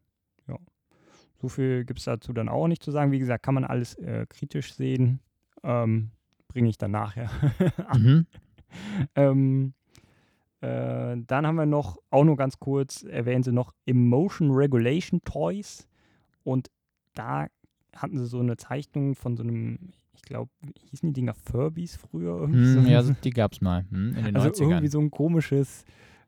So viel gibt es dazu dann auch nicht zu sagen. Wie gesagt, kann man alles kritisch sehen. Bringe ich dann nachher an. Dann haben wir noch, auch nur ganz kurz, erwähnen sie noch Emotion Regulation Toys. Und da hatten sie so eine Zeichnung von so einem, ich glaube, hießen die Dinger Furbies früher? Irgendwie so. Ja, die gab es mal in den Also 90ern. irgendwie so ein komisches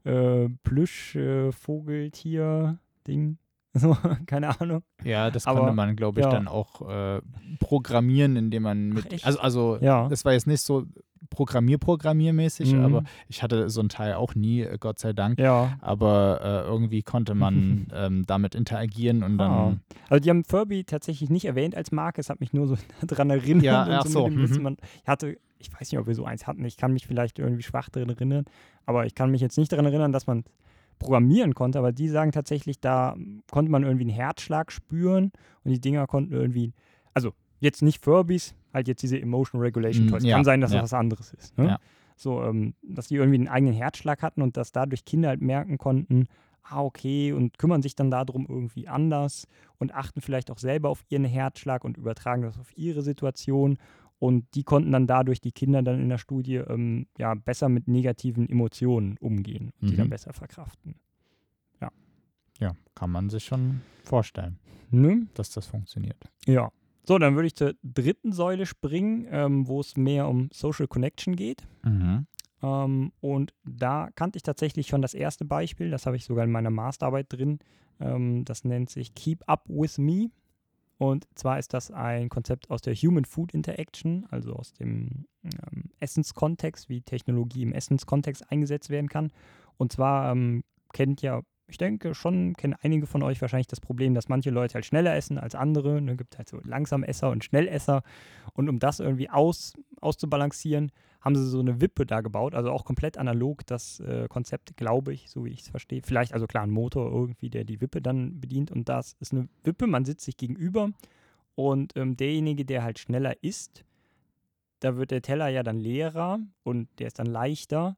Plüsch-Vogeltier-Ding. So, keine Ahnung. Ja, das Aber, konnte man, glaube ich, ja. dann auch programmieren, indem man mit. echt? Also Ja. das war jetzt nicht so programmiermäßig, aber ich hatte so ein Teil auch nie, Gott sei Dank. Ja. Aber irgendwie konnte man damit interagieren und dann. Also die haben Furby tatsächlich nicht erwähnt als Marke, es hat mich nur so daran erinnert. Ja, und ach so, mit dem Witz, ich weiß nicht, ob wir so eins hatten, ich kann mich vielleicht irgendwie schwach daran erinnern, aber ich kann mich jetzt nicht daran erinnern, dass man programmieren konnte, aber die sagen tatsächlich, da konnte man irgendwie einen Herzschlag spüren und die Dinger konnten irgendwie, also jetzt nicht Furbies, halt jetzt diese Emotion Regulation Toys. Ja, Kann sein, dass ja. das was anderes ist. Ne? Ja. So, dass die irgendwie einen eigenen Herzschlag hatten und dass dadurch Kinder halt merken konnten, okay, und kümmern sich dann darum irgendwie anders und achten vielleicht auch selber auf ihren Herzschlag und übertragen das auf ihre Situation. Und die konnten dann dadurch, die Kinder dann in der Studie, besser mit negativen Emotionen umgehen und die dann besser verkraften. Ja, kann man sich schon vorstellen, Ne? dass das funktioniert. Ja. So, dann würde ich zur dritten Säule springen, wo es mehr um Social Connection geht. Und da kannte ich tatsächlich schon das erste Beispiel, das habe ich sogar in meiner Masterarbeit drin. Das nennt sich Keep Up With Me. Und zwar ist das ein Konzept aus der Human-Food-Interaction, also aus dem Essenskontext, wie Technologie im Essenskontext eingesetzt werden kann. Und zwar ich denke schon, kennen einige von euch wahrscheinlich das Problem, dass manche Leute halt schneller essen als andere. Es gibt halt so Langsamesser und Schnellesser. Und um das irgendwie auszubalancieren, haben sie so eine Wippe da gebaut, also auch komplett analog das Konzept, glaube ich, so wie ich es verstehe. Vielleicht, also klar, ein Motor irgendwie, der die Wippe dann bedient. Und das ist eine Wippe, man sitzt sich gegenüber und derjenige, der halt schneller isst, da wird der Teller ja dann leerer und der ist dann leichter.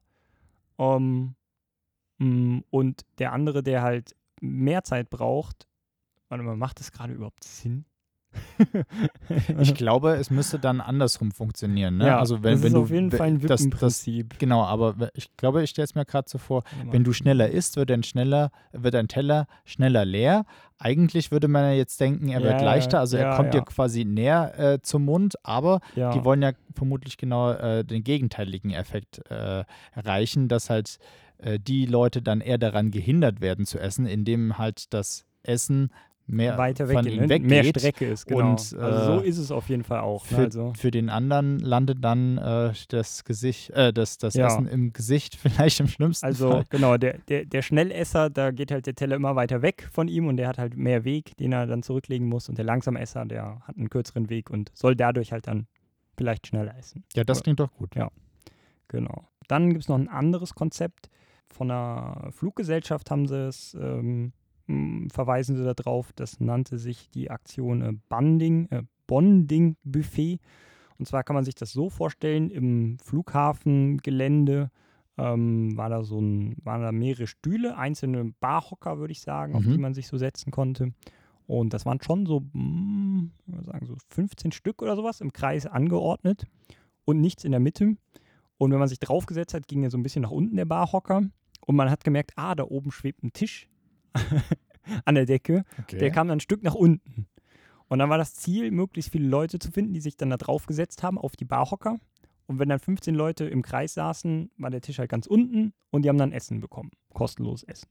Und der andere, der halt mehr Zeit braucht, warte mal, macht das gerade überhaupt Sinn? Ich glaube, es müsste dann andersrum funktionieren. Ne? Ja, also das ist wenn auf jeden Fall ein Wippenprinzip. Genau, aber ich stelle es mir gerade so vor, wenn du schneller isst, wird dein Teller schneller leer. Eigentlich würde man ja jetzt denken, er wird leichter, also er kommt dir quasi näher zum Mund, aber die wollen ja vermutlich genau den gegenteiligen Effekt erreichen, dass halt die Leute dann eher daran gehindert werden zu essen, indem halt das Essen mehr weiter von ihnen weggeht. Mehr Strecke ist, genau. Und, also so ist es auf jeden Fall auch. Für den anderen landet dann das Gesicht, das Essen im Gesicht vielleicht im schlimmsten Fall. Also genau, der Schnellesser, da geht halt der Teller immer weiter weg von ihm und der hat halt mehr Weg, den er dann zurücklegen muss. Und der Langsamesser, der hat einen kürzeren Weg und soll dadurch halt dann vielleicht schneller essen. Ja, das klingt doch gut. Ja, genau. Dann gibt es noch ein anderes Konzept. Von einer Fluggesellschaft haben sie es, verweisen sie darauf, das nannte sich die Aktion Bonding Buffet. Und zwar kann man sich das so vorstellen, im Flughafengelände waren da mehrere Stühle, einzelne Barhocker, würde ich sagen, auf die man sich so setzen konnte. Und das waren schon so 15 Stück oder sowas im Kreis angeordnet und nichts in der Mitte. Und wenn man sich draufgesetzt hat, ging er so ein bisschen nach unten, der Barhocker. Und man hat gemerkt, da oben schwebt ein Tisch an der Decke. Okay. Der kam dann ein Stück nach unten. Und dann war das Ziel, möglichst viele Leute zu finden, die sich dann da draufgesetzt haben auf die Barhocker. Und wenn dann 15 Leute im Kreis saßen, war der Tisch halt ganz unten und die haben dann Essen bekommen. Kostenlos Essen.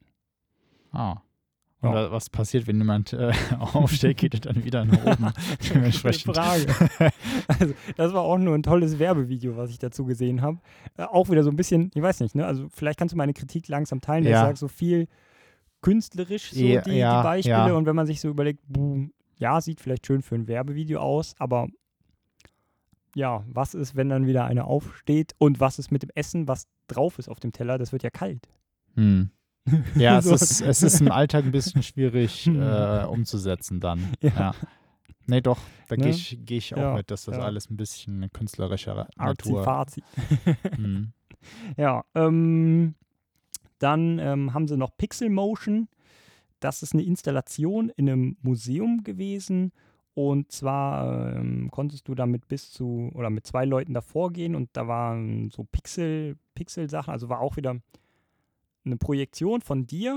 Und was passiert, wenn jemand aufsteht, geht er dann wieder nach oben? Dementsprechend. Frage. Also, das war auch nur ein tolles Werbevideo, was ich dazu gesehen habe. Auch wieder so ein bisschen, ich weiß nicht, ne? Also vielleicht kannst du meine Kritik langsam teilen. Ich sage so viel künstlerisch, so die Beispiele. Ja. Und wenn man sich so überlegt, sieht vielleicht schön für ein Werbevideo aus, aber ja, was ist, wenn dann wieder einer aufsteht und was ist mit dem Essen, was drauf ist auf dem Teller? Das wird ja kalt. Ja, es ist im Alltag ein bisschen schwierig umzusetzen dann. Ja. Nee, doch, da gehe ich auch mit, dass das alles ein bisschen künstlerischer Natur. Arzi-Fazi. Ja, dann haben sie noch Pixel Motion. Das ist eine Installation in einem Museum gewesen. Und zwar konntest du damit mit 2 Leuten davor gehen und da waren so Pixel-Sachen, also war auch wieder eine Projektion von dir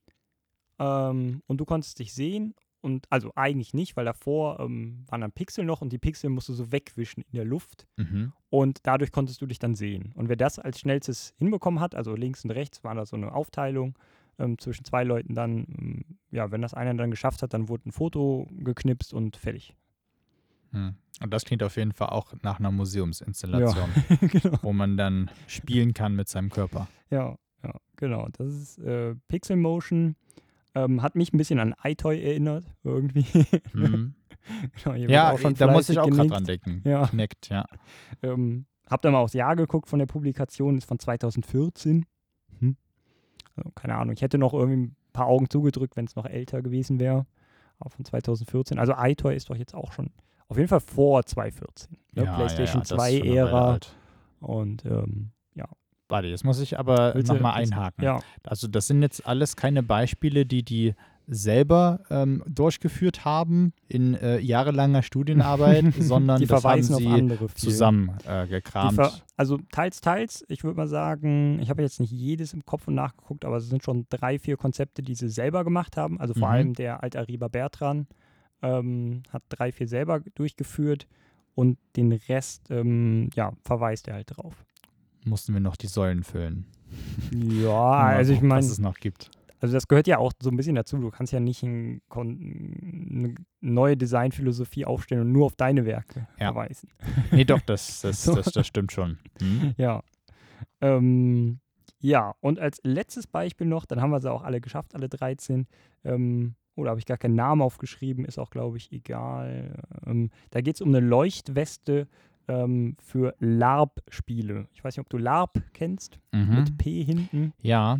und du konntest dich sehen und also eigentlich nicht, weil davor waren dann Pixel noch und die Pixel musst du so wegwischen in der Luft und dadurch konntest du dich dann sehen. Und wer das als schnellstes hinbekommen hat, also links und rechts war da so eine Aufteilung zwischen 2 Leuten dann, wenn das einer dann geschafft hat, dann wurde ein Foto geknipst und fertig. Und das klingt auf jeden Fall auch nach einer Museumsinstallation, genau. Wo man dann spielen kann mit seinem Körper. Ja, genau. Das ist Pixel Motion. Hat mich ein bisschen an iToy erinnert, irgendwie. Genau, da muss ich auch gerade dran denken. Ja. Knickt, ja. Hab da mal aufs Jahr geguckt von der Publikation, ist von 2014. Also, keine Ahnung, ich hätte noch irgendwie ein paar Augen zugedrückt, wenn es noch älter gewesen wäre. Aber von 2014. Also iToy ist doch jetzt auch schon auf jeden Fall vor 2014. Ne? PlayStation 2-Ära. Und Warte, jetzt muss ich aber nochmal einhaken. Ja. Also das sind jetzt alles keine Beispiele, die selber durchgeführt haben in jahrelanger Studienarbeit, sondern die das haben verweisen sie auf andere viel. zusammen gekramt. Also teils. Ich würde mal sagen, ich habe jetzt nicht jedes im Kopf und nachgeguckt, aber es sind schon 3, 4 Konzepte, die sie selber gemacht haben. Also vor allem der Alt-Ariba Bertran hat 3, 4 selber durchgeführt und den Rest verweist er halt drauf. Mussten wir noch die Säulen füllen. Ja, also ich meine, was es noch gibt. Also das gehört ja auch so ein bisschen dazu. Du kannst ja nicht eine neue Designphilosophie aufstellen und nur auf deine Werke verweisen. Nee, doch, das stimmt schon. Ja. Und als letztes Beispiel noch, dann haben wir sie auch alle geschafft, alle 13. Oder habe ich gar keinen Namen aufgeschrieben, ist auch, glaube ich, egal. Da geht es um eine Leuchtweste für LARP-Spiele. Ich weiß nicht, ob du LARP kennst, mit P hinten. Ja,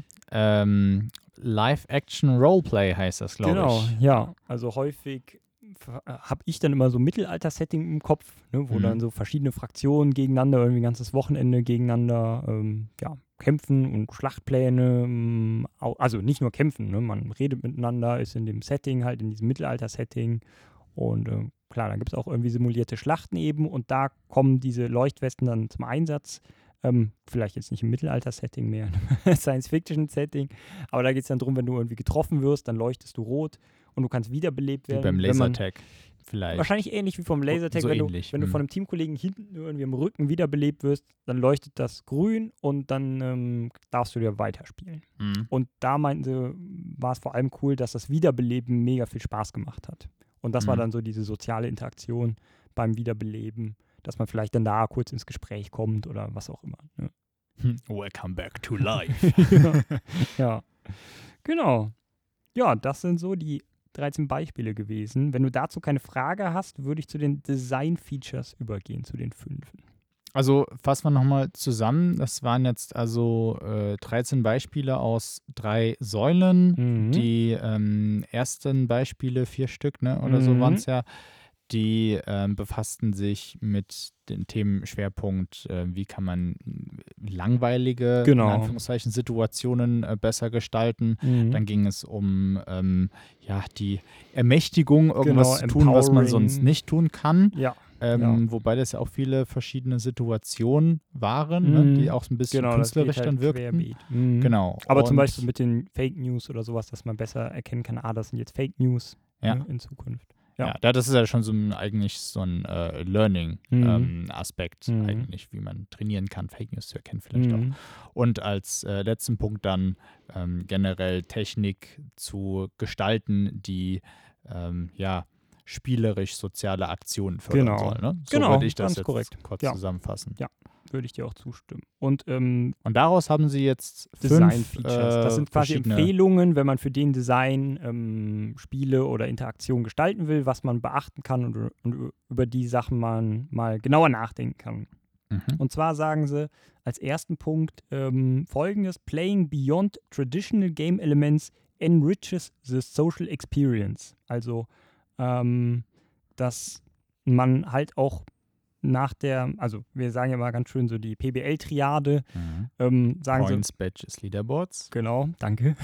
Live-Action-Roleplay heißt das, glaube ich. Genau, ja. Also häufig habe ich dann immer so Mittelalter-Setting im Kopf, ne, wo dann so verschiedene Fraktionen gegeneinander, irgendwie ein ganzes Wochenende gegeneinander kämpfen und Schlachtpläne, also nicht nur kämpfen, ne, man redet miteinander, ist in dem Setting, halt in diesem Mittelalter-Setting und klar, dann gibt es auch irgendwie simulierte Schlachten eben und da kommen diese Leuchtwesten dann zum Einsatz. Vielleicht jetzt nicht im Mittelalter-Setting mehr, im Science-Fiction-Setting, aber da geht es dann darum, wenn du irgendwie getroffen wirst, dann leuchtest du rot und du kannst wiederbelebt werden. Wie beim Lasertag vielleicht. Wahrscheinlich ähnlich wie vom Lasertag, so wenn du von einem Teamkollegen hinten irgendwie im Rücken wiederbelebt wirst, dann leuchtet das grün und dann darfst du dir weiterspielen. Und da meinten sie, war es vor allem cool, dass das Wiederbeleben mega viel Spaß gemacht hat. Und das war dann so diese soziale Interaktion beim Wiederbeleben, dass man vielleicht dann da kurz ins Gespräch kommt oder was auch immer. Ne? Welcome back to life. Ja, genau. Ja, das sind so die 13 Beispiele gewesen. Wenn du dazu keine Frage hast, würde ich zu den Design-Features übergehen, zu den 5. Also fassen wir nochmal zusammen. Das waren jetzt also 13 Beispiele aus 3 Säulen. Die ersten Beispiele, 4 Stück, ne, oder so waren es ja, die befassten sich mit dem Themenschwerpunkt, wie kann man langweilige, in Anführungszeichen, Situationen besser gestalten. Dann ging es um die Ermächtigung, irgendwas zu tun, was man sonst nicht tun kann. Ja. Wobei das ja auch viele verschiedene Situationen waren, ne, die auch so ein bisschen künstlerisch dann wirkten. Genau. Aber zum Beispiel mit den Fake News oder sowas, dass man besser erkennen kann, das sind jetzt Fake News in Zukunft. Ja, das ist ja schon eigentlich so ein Learning-Aspekt eigentlich, wie man trainieren kann, Fake News zu erkennen vielleicht auch. Und als letzten Punkt dann generell Technik zu gestalten, die spielerisch soziale Aktionen fördern soll. Ne? So würde ich das jetzt kurz zusammenfassen. Ja, würde ich dir auch zustimmen. Und daraus haben sie jetzt Design-Features. Das sind quasi Empfehlungen, wenn man für den Design Spiele oder Interaktionen gestalten will, was man beachten kann und über die Sachen man mal genauer nachdenken kann. Und zwar sagen sie als ersten Punkt Folgendes: Playing beyond traditional game elements enriches the social experience. Also dass man halt auch also wir sagen ja mal ganz schön so die PBL-Triade, sagen Points, Badges, Leaderboards. Genau, danke.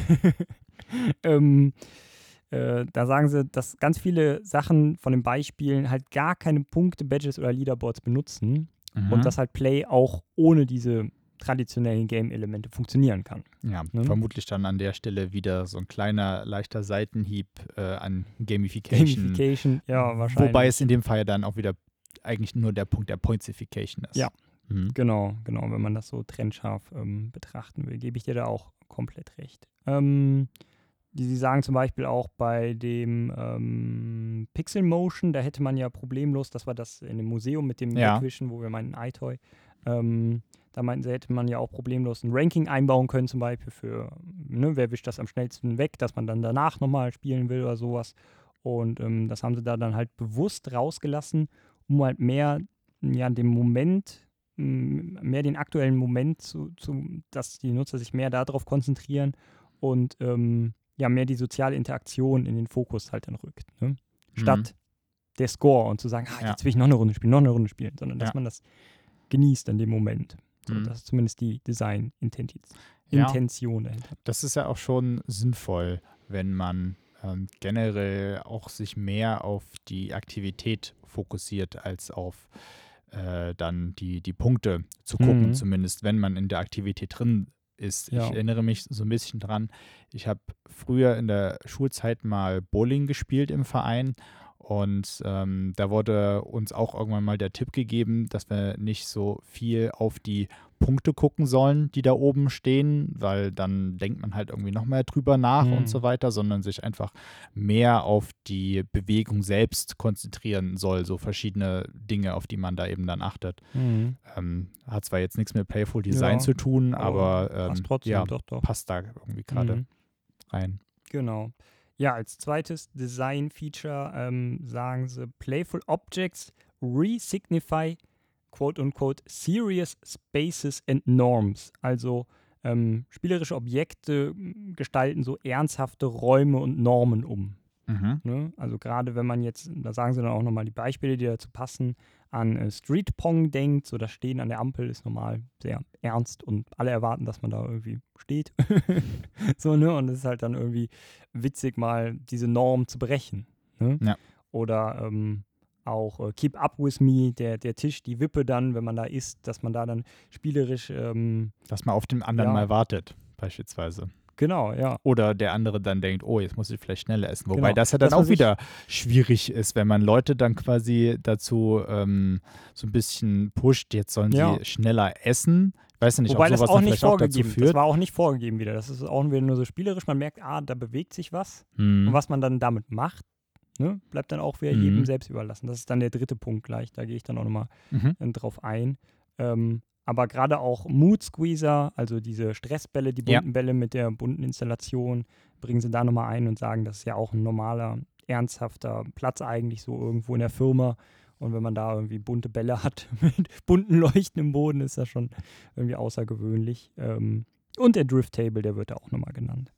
Da sagen sie, dass ganz viele Sachen von den Beispielen halt gar keine Punkte, Badges oder Leaderboards benutzen und dass halt Play auch ohne diese traditionellen Game-Elemente funktionieren kann. Ja, vermutlich dann an der Stelle wieder so ein kleiner, leichter Seitenhieb an Gamification. Gamification, ja, wahrscheinlich. Wobei es in dem Fall dann auch wieder eigentlich nur der Punkt der Pointsification ist. Ja, genau. Wenn man das so trennscharf betrachten will, gebe ich dir da auch komplett recht. Sie sagen zum Beispiel auch bei dem Pixel Motion, da hätte man ja problemlos, das war das in dem Museum mit dem Wegwischen, wo wir meinten iToy, da meinten sie, hätte man ja auch problemlos ein Ranking einbauen können, zum Beispiel für, wer wischt das am schnellsten weg, dass man dann danach nochmal spielen will oder sowas. Und das haben sie da dann halt bewusst rausgelassen, um halt mehr den Moment, mehr den aktuellen Moment dass die Nutzer sich mehr darauf konzentrieren und mehr die soziale Interaktion in den Fokus halt dann rückt. Ne? Statt der Score und zu sagen, jetzt will ich noch eine Runde spielen, sondern dass man das genießt in dem Moment. Das ist zumindest die Design-Intention dahinter. Das ist ja auch schon sinnvoll, wenn man generell auch sich mehr auf die Aktivität fokussiert, als auf dann die Punkte zu gucken, zumindest wenn man in der Aktivität drin ist. Ja. Ich erinnere mich so ein bisschen dran, ich habe früher in der Schulzeit mal Bowling gespielt im Verein und da wurde uns auch irgendwann mal der Tipp gegeben, dass wir nicht so viel auf die Punkte gucken sollen, die da oben stehen, weil dann denkt man halt irgendwie noch mehr drüber nach und so weiter, sondern sich einfach mehr auf die Bewegung selbst konzentrieren soll, so verschiedene Dinge, auf die man da eben dann achtet. Hat zwar jetzt nichts mit Playful Design zu tun, aber passt trotzdem, doch. passt da irgendwie gerade rein. Genau. Ja, als zweites Design-Feature sagen sie, Playful Objects resignify quote-unquote serious spaces and norms. Also spielerische Objekte gestalten so ernsthafte Räume und Normen um. Ne? Also gerade wenn man jetzt, da sagen sie dann auch nochmal die Beispiele, die dazu passen, an Street Pong denkt, so das Stehen an der Ampel ist normal sehr ernst und alle erwarten, dass man da irgendwie steht. So, ne? Und es ist halt dann irgendwie witzig, mal diese Norm zu brechen. Ne? Ja. Oder auch Keep Up With Me, der Tisch, die Wippe dann, wenn man da isst, dass man da dann spielerisch dass man auf den anderen mal wartet, beispielsweise. Genau, ja. Oder der andere dann denkt, oh, jetzt muss ich vielleicht schneller essen. Wobei Genau. das ja dann auch wieder schwierig ist, wenn man Leute dann quasi dazu so ein bisschen pusht, jetzt sollen sie schneller essen. Ich weiß ja nicht, wobei ob sowas das auch dann nicht vielleicht auch dazu vorgegeben. führt. Das war auch nicht vorgegeben wieder. Das ist auch wieder nur so spielerisch. Man merkt, da bewegt sich was. Und was man dann damit macht, ne, bleibt dann auch wieder jedem selbst überlassen. Das ist dann der dritte Punkt gleich. Da gehe ich dann auch nochmal drauf ein. Aber gerade auch Mood Squeezer, also diese Stressbälle, die bunten Bälle mit der bunten Installation, bringen sie da nochmal ein und sagen, das ist ja auch ein normaler, ernsthafter Platz eigentlich so irgendwo in der Firma. Und wenn man da irgendwie bunte Bälle hat mit bunten Leuchten im Boden, ist das schon irgendwie außergewöhnlich. Und der Drift Table, der wird da auch nochmal genannt.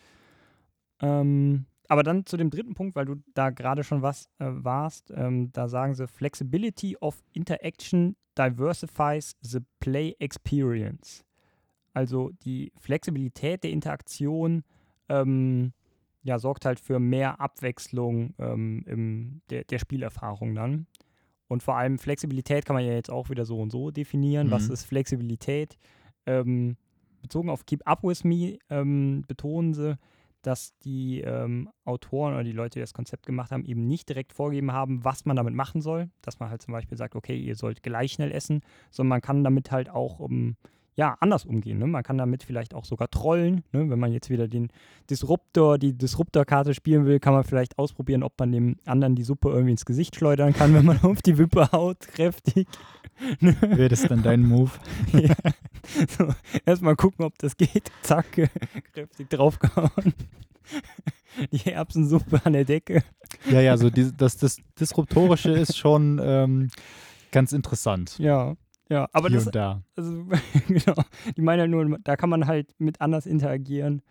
Aber dann zu dem dritten Punkt, weil du da gerade schon warst, da sagen sie, Flexibility of Interaction diversifies the play experience. Also die Flexibilität der Interaktion sorgt halt für mehr Abwechslung der Spielerfahrung dann. Und vor allem Flexibilität kann man ja jetzt auch wieder so und so definieren. Was ist Flexibilität? Bezogen auf Keep Up With Me betonen sie, dass die Autoren oder die Leute, die das Konzept gemacht haben, eben nicht direkt vorgegeben haben, was man damit machen soll. Dass man halt zum Beispiel sagt, okay, ihr sollt gleich schnell essen, sondern man kann damit halt auch anders umgehen. Ne? Man kann damit vielleicht auch sogar trollen. Ne? Wenn man jetzt wieder die Disruptor-Karte spielen will, kann man vielleicht ausprobieren, ob man dem anderen die Suppe irgendwie ins Gesicht schleudern kann, wenn man auf die Wippe haut, kräftig. Wäre das dann dein Move? Ja. So, erstmal gucken, ob das geht. Zack, kräftig draufgehauen. Die Erbsensuppe an der Decke. Ja, so das Disruptorische ist schon ganz interessant. Ja, aber hier das, und da. Also, genau, die meinen halt nur, da kann man halt mit anders interagieren.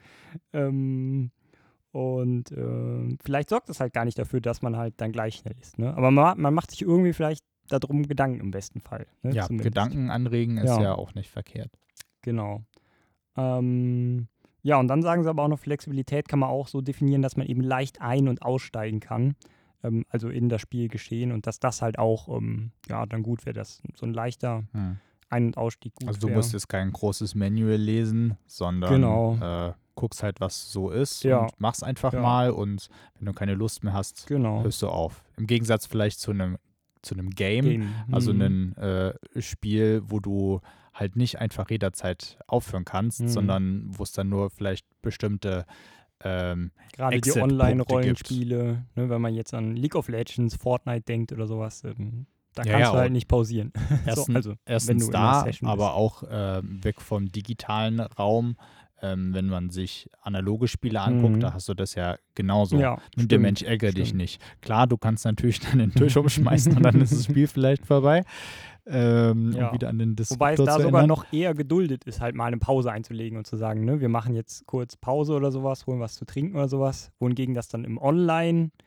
Vielleicht sorgt das halt gar nicht dafür, dass man halt dann gleich schnell ist. Ne? Aber man macht sich irgendwie vielleicht darum Gedanken im besten Fall. Ne? Ja, Zumindest. Gedanken anregen ist ja auch nicht verkehrt. Genau. Und dann sagen sie aber auch noch, Flexibilität kann man auch so definieren, dass man eben leicht ein- und aussteigen kann. Also in das Spiel geschehen und dass das halt auch dann gut wäre, dass so ein leichter Ein- und Ausstieg gut wäre. Also du musst jetzt kein großes Manual lesen, sondern guckst halt, was so ist und machst einfach mal und wenn du keine Lust mehr hast, hörst du auf. Im Gegensatz vielleicht zu einem Game. Also ein Spiel, wo du halt nicht einfach jederzeit aufhören kannst, sondern wo es dann nur vielleicht bestimmte gerade die Online-Rollenspiele, ne, wenn man jetzt an League of Legends, Fortnite denkt oder sowas, da kannst du halt nicht pausieren. Erstens da, aber auch weg vom digitalen Raum. Wenn man sich analoge Spiele anguckt, da hast du das ja genauso. Und der Mensch ärgert dich nicht. Klar, du kannst natürlich dann den Tisch umschmeißen und dann ist das Spiel vielleicht vorbei. Um wieder an den Disruptor Wobei es da sogar noch eher geduldet ist, halt mal eine Pause einzulegen und zu sagen, ne, wir machen jetzt kurz Pause oder sowas, holen was zu trinken oder sowas. Wohingegen das dann im Online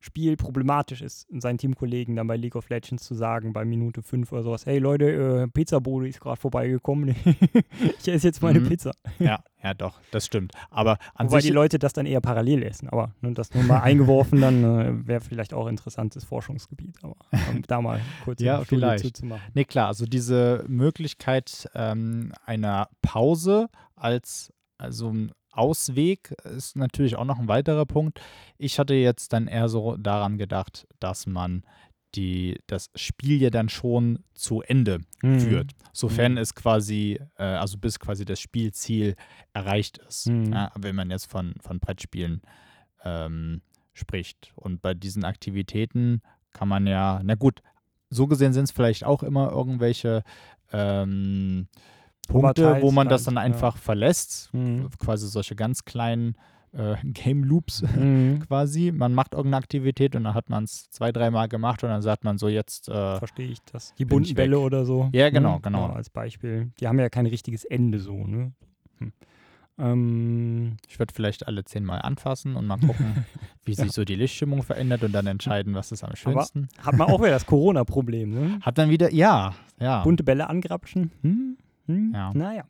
Spiel problematisch ist, seinen Teamkollegen dann bei League of Legends zu sagen, bei Minute 5 oder sowas, hey Leute, Pizzabote ist gerade vorbeigekommen, ich esse jetzt meine Pizza. Ja, doch, das stimmt. Aber an Wobei sich, die Leute das dann eher parallel essen, aber das nur mal eingeworfen, dann wäre vielleicht auch ein interessantes Forschungsgebiet, aber da mal kurz ja, eine Studie vielleicht. zuzumachen. Nee, klar, also diese Möglichkeit einer Pause als ein Ausweg ist natürlich auch noch ein weiterer Punkt. Ich hatte jetzt dann eher so daran gedacht, dass man das Spiel ja dann schon zu Ende führt, sofern es quasi, bis quasi das Spielziel erreicht ist, ja, wenn man jetzt von Brettspielen spricht. Und bei diesen Aktivitäten kann man ja, na gut, so gesehen sind es vielleicht auch immer irgendwelche Punkte, wo man das dann einfach verlässt, quasi solche ganz kleinen Game Loops quasi. Man macht irgendeine Aktivität und dann hat man es 2-3 Mal gemacht und dann sagt man so, jetzt verstehe ich das. Die bunten Bälle oder so. Ja, genau. Ja, als Beispiel. Die haben ja kein richtiges Ende so, ne? Ich würde vielleicht alle 10 Mal anfassen und mal gucken, wie sich so die Lichtstimmung verändert und dann entscheiden, was ist am schönsten. Aber hat man auch wieder das Corona-Problem, ne? Hat dann wieder, ja. Bunte Bälle angrapschen. Ja. Naja.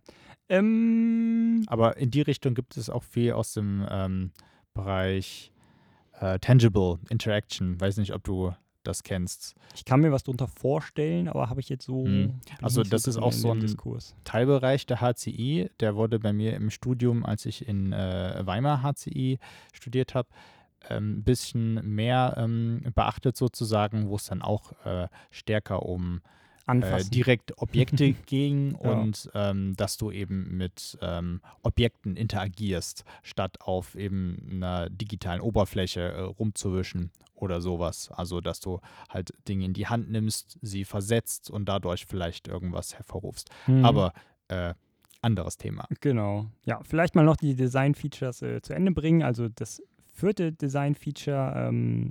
Aber in die Richtung gibt es auch viel aus dem Bereich Tangible Interaction. Weiß nicht, ob du das kennst. Ich kann mir was darunter vorstellen, aber habe ich jetzt so. Also das ist auch so ein Diskurs. Teilbereich der HCI. Der wurde bei mir im Studium, als ich in Weimar HCI studiert habe, ein bisschen mehr beachtet sozusagen, wo es dann auch stärker um direkt Objekte ging und dass du eben mit Objekten interagierst, statt auf eben einer digitalen Oberfläche rumzuwischen oder sowas. Also, dass du halt Dinge in die Hand nimmst, sie versetzt und dadurch vielleicht irgendwas hervorrufst. Aber anderes Thema. Genau. Ja, vielleicht mal noch die Design-Features zu Ende bringen. Also das 4. Design-Feature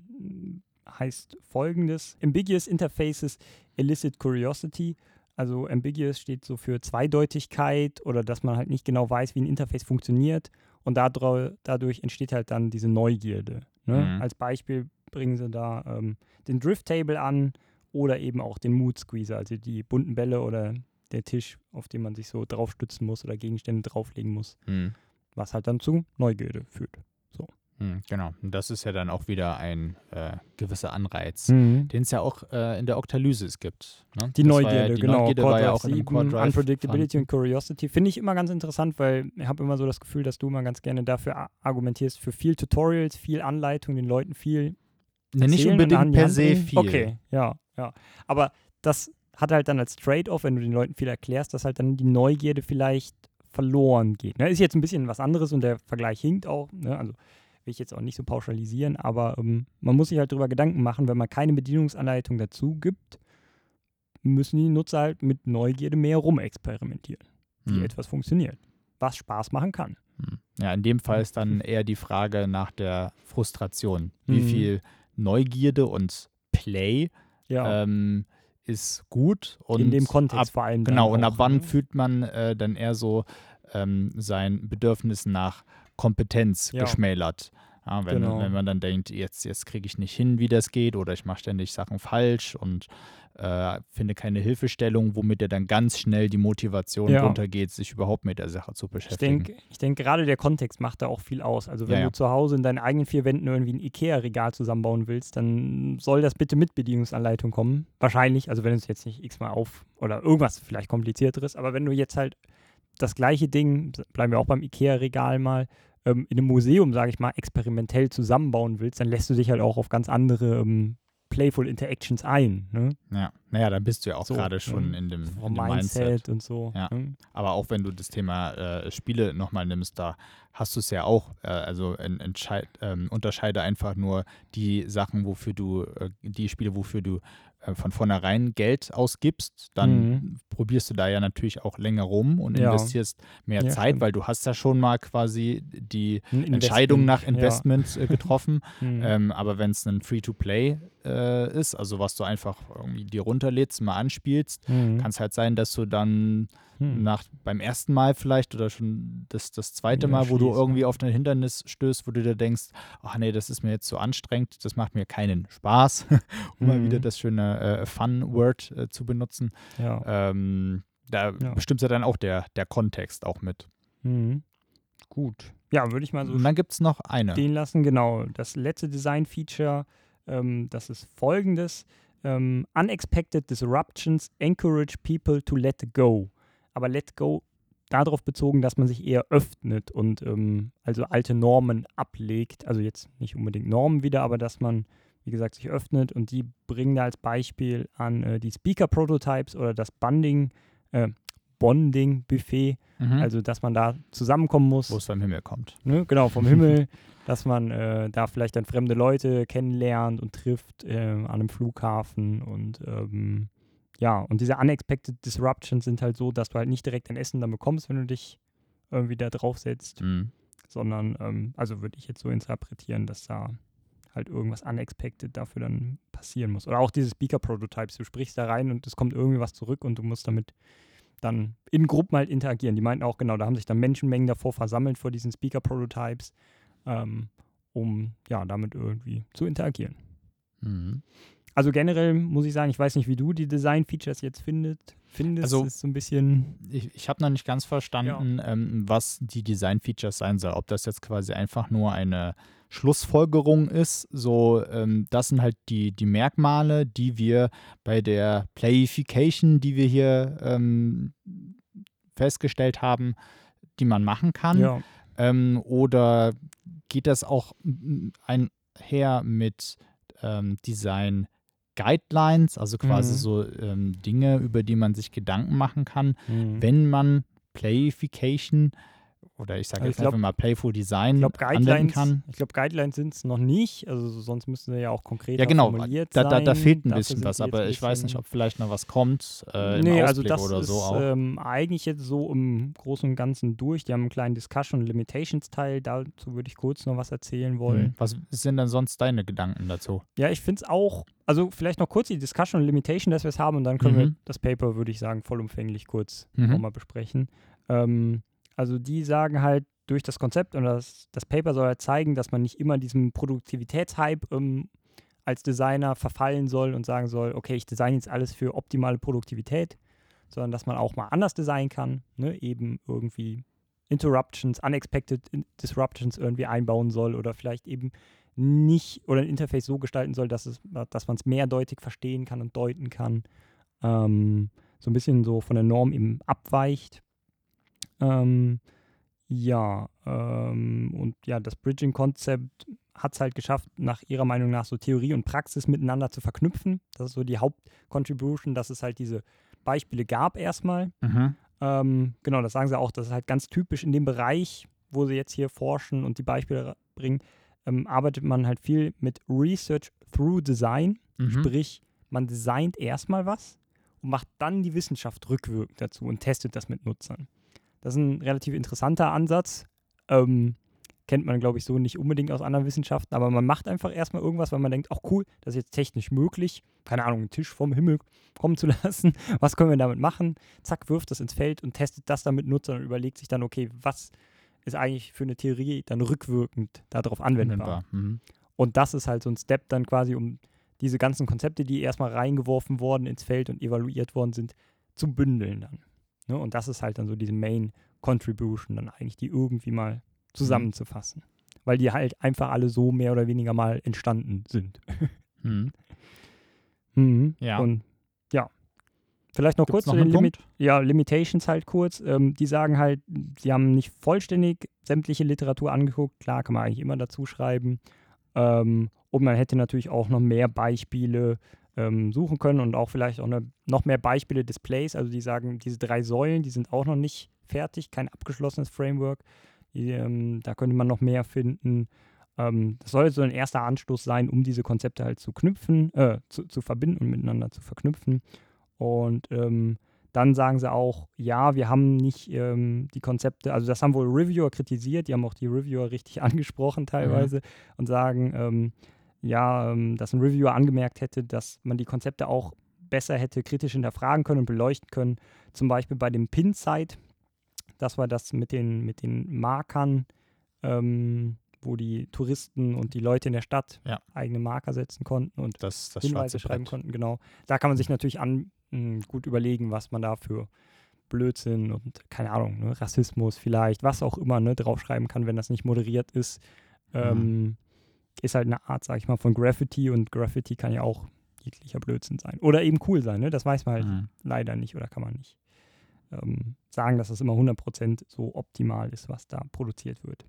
heißt folgendes: Ambiguous Interfaces elicit curiosity. Also ambiguous steht so für Zweideutigkeit oder dass man halt nicht genau weiß, wie ein Interface funktioniert und dadurch entsteht halt dann diese Neugierde. Ne? Als Beispiel bringen sie da den Drift Table an oder eben auch den Mood Squeezer, also die bunten Bälle oder der Tisch, auf den man sich so draufstützen muss oder Gegenstände drauflegen muss, was halt dann zu Neugierde führt. So. Genau, und das ist ja dann auch wieder ein gewisser Anreiz, den es ja auch in der Octalysis gibt. Ne? Die Neugierde, genau. Neugierde war ja auch in dem Core Drive. Unpredictability und Curiosity finde ich immer ganz interessant, weil ich habe immer so das Gefühl, dass du immer ganz gerne dafür argumentierst, für viel Tutorials, viel Anleitung, den Leuten viel nicht unbedingt per se viel. Okay, ja. Aber das hat halt dann als Trade-off, wenn du den Leuten viel erklärst, dass halt dann die Neugierde vielleicht verloren geht. Ne? Ist jetzt ein bisschen was anderes und der Vergleich hinkt auch, ne? Also will ich jetzt auch nicht so pauschalisieren, aber man muss sich halt darüber Gedanken machen, wenn man keine Bedienungsanleitung dazu gibt, müssen die Nutzer halt mit Neugierde mehr rumexperimentieren, wie etwas funktioniert, was Spaß machen kann. Ja, in dem Fall ist dann eher die Frage nach der Frustration. Wie viel Neugierde und Play ist gut. Und in dem Kontext vor allem. Genau, und ab wann ne? fühlt man dann eher so sein Bedürfnis nach Kompetenz geschmälert. Ja, wenn man dann denkt, jetzt kriege ich nicht hin, wie das geht, oder ich mache ständig Sachen falsch und finde keine Hilfestellung, womit er dann ganz schnell die Motivation runtergeht, sich überhaupt mit der Sache zu beschäftigen. Ich denke, gerade der Kontext macht da auch viel aus. Also wenn du zu Hause in deinen eigenen 4 Wänden irgendwie ein Ikea-Regal zusammenbauen willst, dann soll das bitte mit Bedienungsanleitung kommen. Wahrscheinlich, also wenn es jetzt nicht x-mal oder irgendwas vielleicht komplizierteres, aber wenn du jetzt halt das gleiche Ding, bleiben wir auch beim Ikea-Regal mal, in einem Museum, sage ich mal, experimentell zusammenbauen willst, dann lässt du dich halt auch auf ganz andere Playful Interactions ein. Ne? Ja, naja, dann bist du ja auch so, gerade schon in dem Mindset und so. Ja. Aber auch wenn du das Thema Spiele nochmal nimmst, da hast du es ja auch, unterscheide einfach nur die Sachen, die Spiele, wofür du von vornherein Geld ausgibst, dann probierst du da ja natürlich auch länger rum und investierst mehr Zeit, weil du hast ja schon mal quasi die Entscheidung nach Investment getroffen. Aber wenn es ein Free-to-Play ist, also was du einfach irgendwie dir runterlädst, mal anspielst, kann es halt sein, dass du dann beim ersten Mal vielleicht oder schon das zweite Mal, wo du irgendwie auf ein Hindernis stößt, wo du dir denkst, ach nee, das ist mir jetzt so anstrengend, das macht mir keinen Spaß, um mal wieder das schöne Fun-Word zu benutzen. Ja. Da bestimmt ja dann auch der Kontext auch mit. Gut. Ja, würde ich mal so Und dann gibt es noch eine. stehen lassen. Genau. Das letzte Design-Feature, das ist folgendes. Unexpected disruptions encourage people to let go. Aber let go darauf bezogen, dass man sich eher öffnet und also alte Normen ablegt. Also jetzt nicht unbedingt Normen wieder, aber dass man, wie gesagt, sich öffnet, und die bringen da als Beispiel an die Speaker-Prototypes oder das Bonding-Buffet, also dass man da zusammenkommen muss. Wo es vom Himmel kommt. Ne? Genau, vom Himmel, dass man da vielleicht dann fremde Leute kennenlernt und trifft an einem Flughafen und und diese Unexpected Disruptions sind halt so, dass du halt nicht direkt ein Essen dann bekommst, wenn du dich irgendwie da draufsetzt, sondern, also würde ich jetzt so interpretieren, dass da halt irgendwas Unexpected dafür dann passieren muss. Oder auch diese Speaker-Prototypes, du sprichst da rein und es kommt irgendwie was zurück und du musst damit dann in Gruppen halt interagieren. Die meinten auch, genau, da haben sich dann Menschenmengen davor versammelt vor diesen Speaker-Prototypes, um damit irgendwie zu interagieren. Also generell muss ich sagen, ich weiß nicht, wie du die Design-Features jetzt findest. Also, ist so ein bisschen... Ich habe noch nicht ganz verstanden, was die Design-Features sein soll. Ob das jetzt quasi einfach nur eine Schlussfolgerung ist, so das sind halt die Merkmale, die wir bei der Playification, die wir hier festgestellt haben, die man machen kann. Ja. Oder geht das auch einher mit Design Guidelines, also quasi so Dinge, über die man sich Gedanken machen kann, wenn man Playification oder ich sage jetzt einfach mal Playful Design anwenden kann. Ich glaube, Guidelines sind es noch nicht, also sonst müssten sie ja auch konkreter formuliert sein. Da fehlt ein bisschen was, aber ich weiß nicht, ob vielleicht noch was kommt im Ausblick also das oder ist, so auch. Eigentlich jetzt so im Großen und Ganzen durch. Die haben einen kleinen Discussion- und Limitations-Teil, dazu würde ich kurz noch was erzählen wollen. Was sind denn sonst deine Gedanken dazu? Ja, ich finde es auch, also vielleicht noch kurz die Discussion und Limitation, dass wir es haben, und dann können wir das Paper, würde ich sagen, vollumfänglich kurz nochmal besprechen. Also die sagen halt, durch das Konzept und das Paper soll halt zeigen, dass man nicht immer diesem Produktivitätshype als Designer verfallen soll und sagen soll, okay, ich designe jetzt alles für optimale Produktivität, sondern dass man auch mal anders designen kann, ne? Eben irgendwie Interruptions, Unexpected Disruptions irgendwie einbauen soll oder vielleicht eben nicht oder ein Interface so gestalten soll, dass man es mehrdeutig verstehen kann und deuten kann, so ein bisschen so von der Norm eben abweicht. Und das Bridging-Konzept hat es halt geschafft, nach ihrer Meinung nach so Theorie und Praxis miteinander zu verknüpfen. Das ist so die Hauptcontribution, dass es halt diese Beispiele gab erstmal. Genau, das sagen sie auch, das ist halt ganz typisch in dem Bereich, wo sie jetzt hier forschen und die Beispiele bringen, arbeitet man halt viel mit Research through Design, sprich, man designt erstmal was und macht dann die Wissenschaft rückwirkend dazu und testet das mit Nutzern. Das ist ein relativ interessanter Ansatz. Kennt man, glaube ich, so nicht unbedingt aus anderen Wissenschaften, aber man macht einfach erstmal irgendwas, weil man denkt, ach cool, das ist jetzt technisch möglich, keine Ahnung, einen Tisch vom Himmel kommen zu lassen, was können wir damit machen? Zack, wirft das ins Feld und testet das dann mit Nutzern und überlegt sich dann, okay, was ist eigentlich für eine Theorie dann rückwirkend darauf anwendbar? Und das ist halt so ein Step dann quasi, um diese ganzen Konzepte, die erstmal reingeworfen worden ins Feld und evaluiert worden sind, zu bündeln dann. Ne? Und das ist halt dann so diese Main Contribution dann eigentlich, die irgendwie mal zusammenzufassen. Weil die halt einfach alle so mehr oder weniger mal entstanden sind. Ja. Und ja, vielleicht noch Gibt's kurz noch zu den einen Limitations halt kurz. Die sagen halt, sie haben nicht vollständig sämtliche Literatur angeguckt. Klar, kann man eigentlich immer dazu schreiben. Und man hätte natürlich auch noch mehr Beispiele suchen können und auch vielleicht auch noch mehr Beispiele Displays. Also die sagen, diese 3 Säulen, die sind auch noch nicht fertig, kein abgeschlossenes Framework. Da könnte man noch mehr finden. Das soll so ein erster Anstoß sein, um diese Konzepte halt zu verbinden und miteinander zu verknüpfen. Und dann sagen sie auch, ja, wir haben nicht die Konzepte, also das haben wohl Reviewer kritisiert, die haben auch die Reviewer richtig angesprochen teilweise und sagen, dass ein Reviewer angemerkt hätte, dass man die Konzepte auch besser hätte kritisch hinterfragen können und beleuchten können. Zum Beispiel bei dem Pin-Site, das war das mit den Markern, wo die Touristen und die Leute in der Stadt eigene Marker setzen konnten und das Hinweise schreiben konnten. Genau. Da kann man sich natürlich gut überlegen, was man da für Blödsinn und, keine Ahnung, ne, Rassismus vielleicht, was auch immer, ne, draufschreiben kann, wenn das nicht moderiert ist. Ist halt eine Art, sag ich mal, von Graffiti, und Graffiti kann ja auch jeglicher Blödsinn sein. Oder eben cool sein, ne? Das weiß man halt leider nicht oder kann man nicht sagen, dass das immer 100% so optimal ist, was da produziert wird.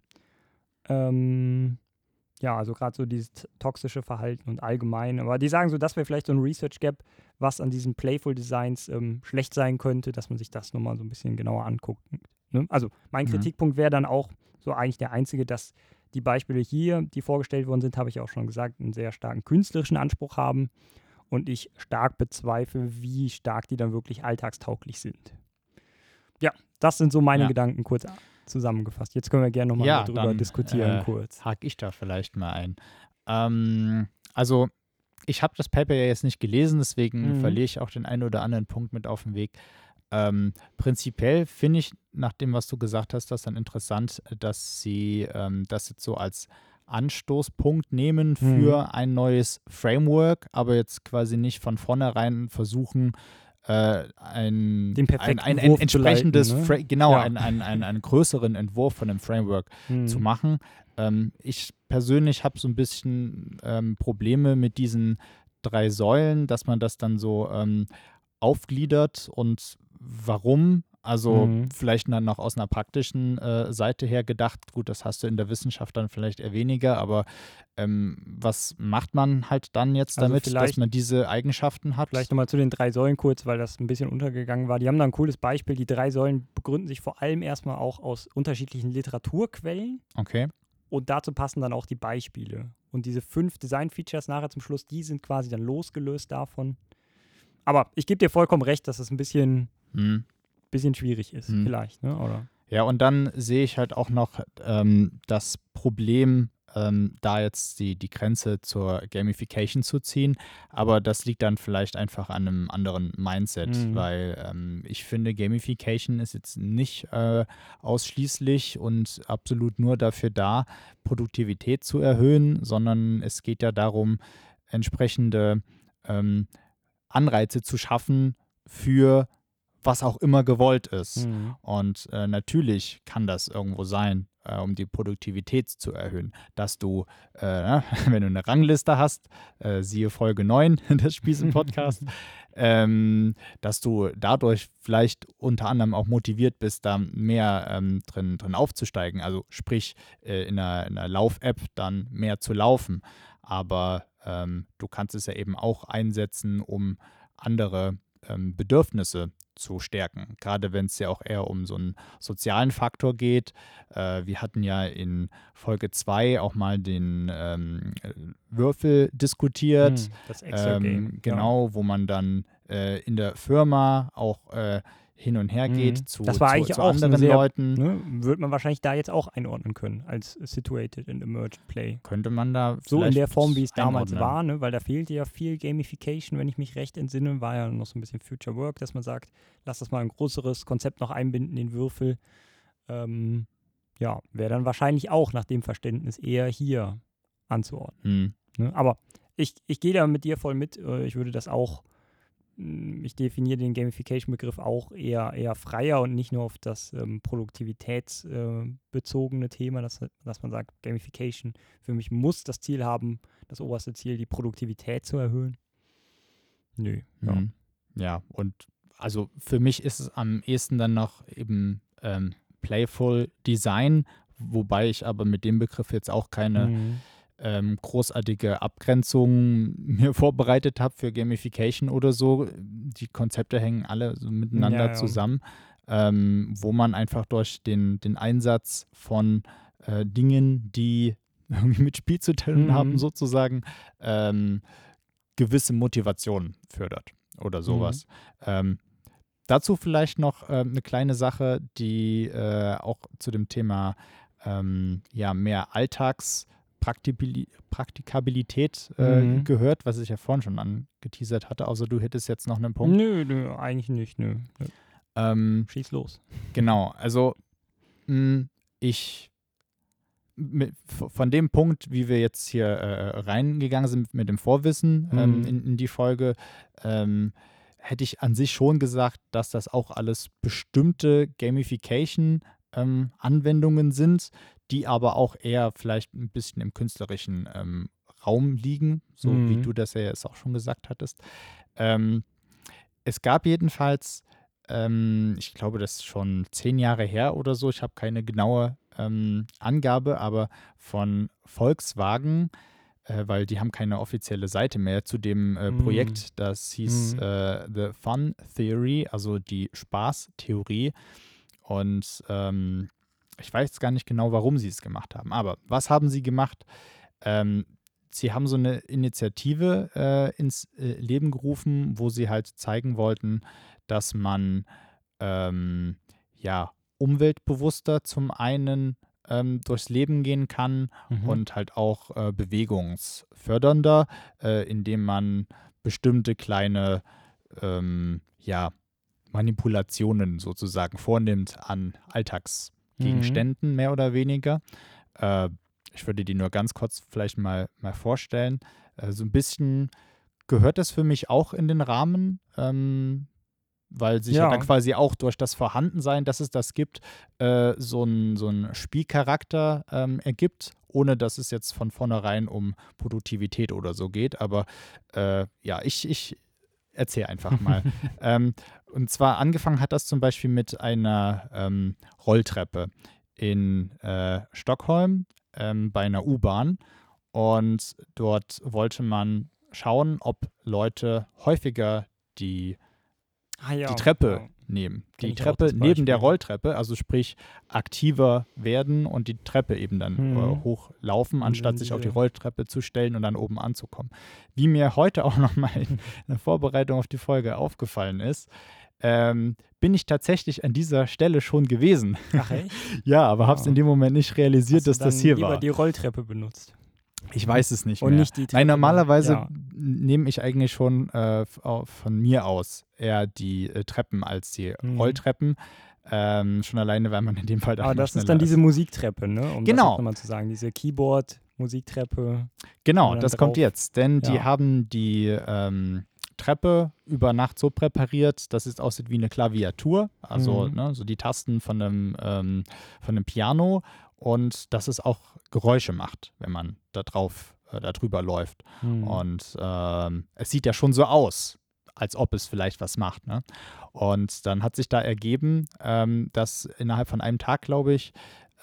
Ja, also gerade so dieses toxische Verhalten und allgemein, aber die sagen so, das wäre vielleicht so ein Research Gap, was an diesen Playful Designs schlecht sein könnte, dass man sich das nochmal so ein bisschen genauer anguckt. Ne? Also mein Kritikpunkt wäre dann auch so eigentlich der einzige, dass die Beispiele hier, die vorgestellt worden sind, habe ich auch schon gesagt, einen sehr starken künstlerischen Anspruch haben und ich stark bezweifle, wie stark die dann wirklich alltagstauglich sind. Ja, das sind so meine Gedanken kurz zusammengefasst. Jetzt können wir gerne nochmal darüber diskutieren kurz. Hake ich da vielleicht mal ein. Also ich habe das Paper ja jetzt nicht gelesen, deswegen verliere ich auch den einen oder anderen Punkt mit auf den Weg. Prinzipiell finde ich, nach dem, was du gesagt hast, das dann interessant, dass sie das jetzt so als Anstoßpunkt nehmen für ein neues Framework, aber jetzt quasi nicht von vornherein versuchen, ein entsprechendes, einen größeren Entwurf von einem Framework zu machen. Ich persönlich habe so ein bisschen Probleme mit diesen 3 Säulen, dass man das dann so aufgliedert und warum. Also vielleicht dann noch aus einer praktischen Seite her gedacht, gut, das hast du in der Wissenschaft dann vielleicht eher weniger, aber was macht man halt dann jetzt damit, dass man diese Eigenschaften hat? Vielleicht nochmal zu den 3 Säulen kurz, weil das ein bisschen untergegangen war. Die haben da ein cooles Beispiel. Die 3 Säulen begründen sich vor allem erstmal auch aus unterschiedlichen Literaturquellen. Okay. Und dazu passen dann auch die Beispiele. Und diese 5 Design-Features nachher zum Schluss, die sind quasi dann losgelöst davon. Aber ich gebe dir vollkommen recht, dass es ein bisschen schwierig ist, vielleicht, ne? Oder? Ja, und dann sehe ich halt auch noch das Problem, da jetzt die Grenze zur Gamification zu ziehen, aber das liegt dann vielleicht einfach an einem anderen Mindset, weil ich finde, Gamification ist jetzt nicht ausschließlich und absolut nur dafür da, Produktivität zu erhöhen, sondern es geht ja darum, entsprechende Anreize zu schaffen für was auch immer gewollt ist. Und natürlich kann das irgendwo sein, um die Produktivität zu erhöhen, dass du, wenn du eine Rangliste hast, siehe Folge 9 des Spießen-Podcasts, dass du dadurch vielleicht unter anderem auch motiviert bist, da mehr drin aufzusteigen. Also sprich, in einer Lauf-App dann mehr zu laufen. Aber du kannst es ja eben auch einsetzen, um andere Bedürfnisse zu stärken. Gerade wenn es ja auch eher um so einen sozialen Faktor geht. Wir hatten ja in Folge 2 auch mal den Würfel diskutiert. Das Extra-Game. Genau, wo man dann in der Firma auch hin und her geht zu anderen Leuten. Ne, würde man wahrscheinlich da jetzt auch einordnen können, als Situated and Emergent Play. Könnte man da so in der Form, wie es damals war, ne, weil da fehlte ja viel Gamification, wenn ich mich recht entsinne, war ja noch so ein bisschen Future Work, dass man sagt, lass das mal ein größeres Konzept noch einbinden, den Würfel. Wäre dann wahrscheinlich auch nach dem Verständnis eher hier anzuordnen. Ne? Aber ich gehe da mit dir voll mit. Ich würde das auch ich definiere den Gamification-Begriff auch eher freier und nicht nur auf das produktivitätsbezogene Thema, dass man sagt, Gamification für mich muss das Ziel haben, das oberste Ziel, die Produktivität zu erhöhen. Nö. Ja, und also für mich ist es am ehesten dann noch eben Playful Design, wobei ich aber mit dem Begriff jetzt auch keine großartige Abgrenzung mir vorbereitet habe für Gamification oder so. Die Konzepte hängen alle so miteinander zusammen, wo man einfach durch den Einsatz von Dingen, die irgendwie mit Spiel zu tun haben, sozusagen, gewisse Motivation fördert oder sowas. Dazu vielleicht noch eine kleine Sache, die auch zu dem Thema mehr Alltagspraxis Praktikabilität gehört, was ich ja vorhin schon angeteasert hatte, außer du hättest jetzt noch einen Punkt. Nö, eigentlich nicht, nö. Schieß los. Genau, also von dem Punkt, wie wir jetzt hier reingegangen sind mit dem Vorwissen in die Folge, hätte ich an sich schon gesagt, dass das auch alles bestimmte Gamification-Anwendungen sind, die aber auch eher vielleicht ein bisschen im künstlerischen Raum liegen, so wie du das ja jetzt auch schon gesagt hattest. Es gab jedenfalls, ich glaube, das ist schon 10 Jahre her oder so, ich habe keine genaue Angabe, aber von Volkswagen, weil die haben keine offizielle Seite mehr zu dem Projekt, das hieß The Fun Theory, also die Spaßtheorie. Und ich weiß gar nicht genau, warum sie es gemacht haben. Aber was haben sie gemacht? Sie haben so eine Initiative ins Leben gerufen, wo sie halt zeigen wollten, dass man umweltbewusster zum einen durchs Leben gehen kann und halt auch bewegungsfördernder, indem man bestimmte kleine Manipulationen sozusagen vornimmt an Alltagsgegenständen, mehr oder weniger. Ich würde die nur ganz kurz vielleicht mal vorstellen. So ein bisschen gehört das für mich auch in den Rahmen, weil sich ja dann quasi auch durch das Vorhandensein, dass es das gibt, so ein Spielcharakter ergibt, ohne dass es jetzt von vornherein um Produktivität oder so geht. Aber ich erzähle einfach mal. Und zwar angefangen hat das zum Beispiel mit einer Rolltreppe in Stockholm bei einer U-Bahn. Und dort wollte man schauen, ob Leute häufiger die Treppe nehmen. Die Treppe neben der Rolltreppe, also sprich aktiver werden und die Treppe eben dann hochlaufen, anstatt sich auf die Rolltreppe zu stellen und dann oben anzukommen. Wie mir heute auch nochmal in der Vorbereitung auf die Folge aufgefallen ist, bin ich tatsächlich an dieser Stelle schon gewesen. Ach echt? Ja, aber habe es in dem Moment nicht realisiert, dass das hier war. Hast du lieber die Rolltreppe benutzt? Ich weiß es nicht mehr. Und nicht die Treppe. Nein, normalerweise nehme ich eigentlich schon von mir aus eher die Treppen als die Rolltreppen. Schon alleine, weil man in dem Fall aber das ist dann diese Musiktreppe, ne? Um genau. Das nochmal zu sagen, diese Keyboard-Musiktreppe. Genau, das kommt jetzt, denn die haben die Treppe über Nacht so präpariert, dass es aussieht wie eine Klaviatur, also so die Tasten von einem Piano und dass es auch Geräusche macht, wenn man da drüber läuft. Und es sieht ja schon so aus, als ob es vielleicht was macht. Ne? Und dann hat sich da ergeben, dass innerhalb von einem Tag, glaube ich,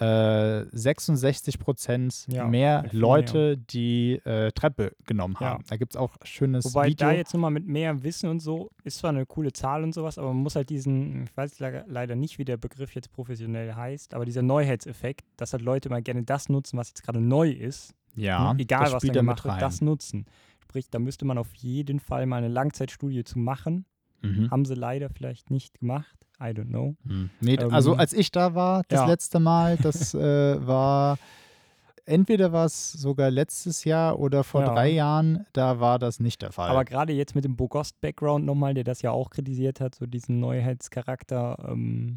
66% mehr Leute die Treppe genommen haben. Da gibt es auch schönes Wobei Video. Da jetzt nochmal mit mehr Wissen und so, ist zwar eine coole Zahl und sowas, aber man muss halt ich weiß leider nicht, wie der Begriff jetzt professionell heißt, aber dieser Neuheitseffekt, dass halt Leute mal gerne das nutzen, was jetzt gerade neu ist. Ja, egal was dann gemacht wird, das nutzen. Sprich, da müsste man auf jeden Fall mal eine Langzeitstudie zu machen. Haben sie leider vielleicht nicht gemacht. I don't know. Nee, also als ich da war, das letzte Mal, das war, entweder war es sogar letztes Jahr oder vor 3 Jahren, da war das nicht der Fall. Aber gerade jetzt mit dem Bogost-Background nochmal, der das ja auch kritisiert hat, so diesen Neuheitscharakter,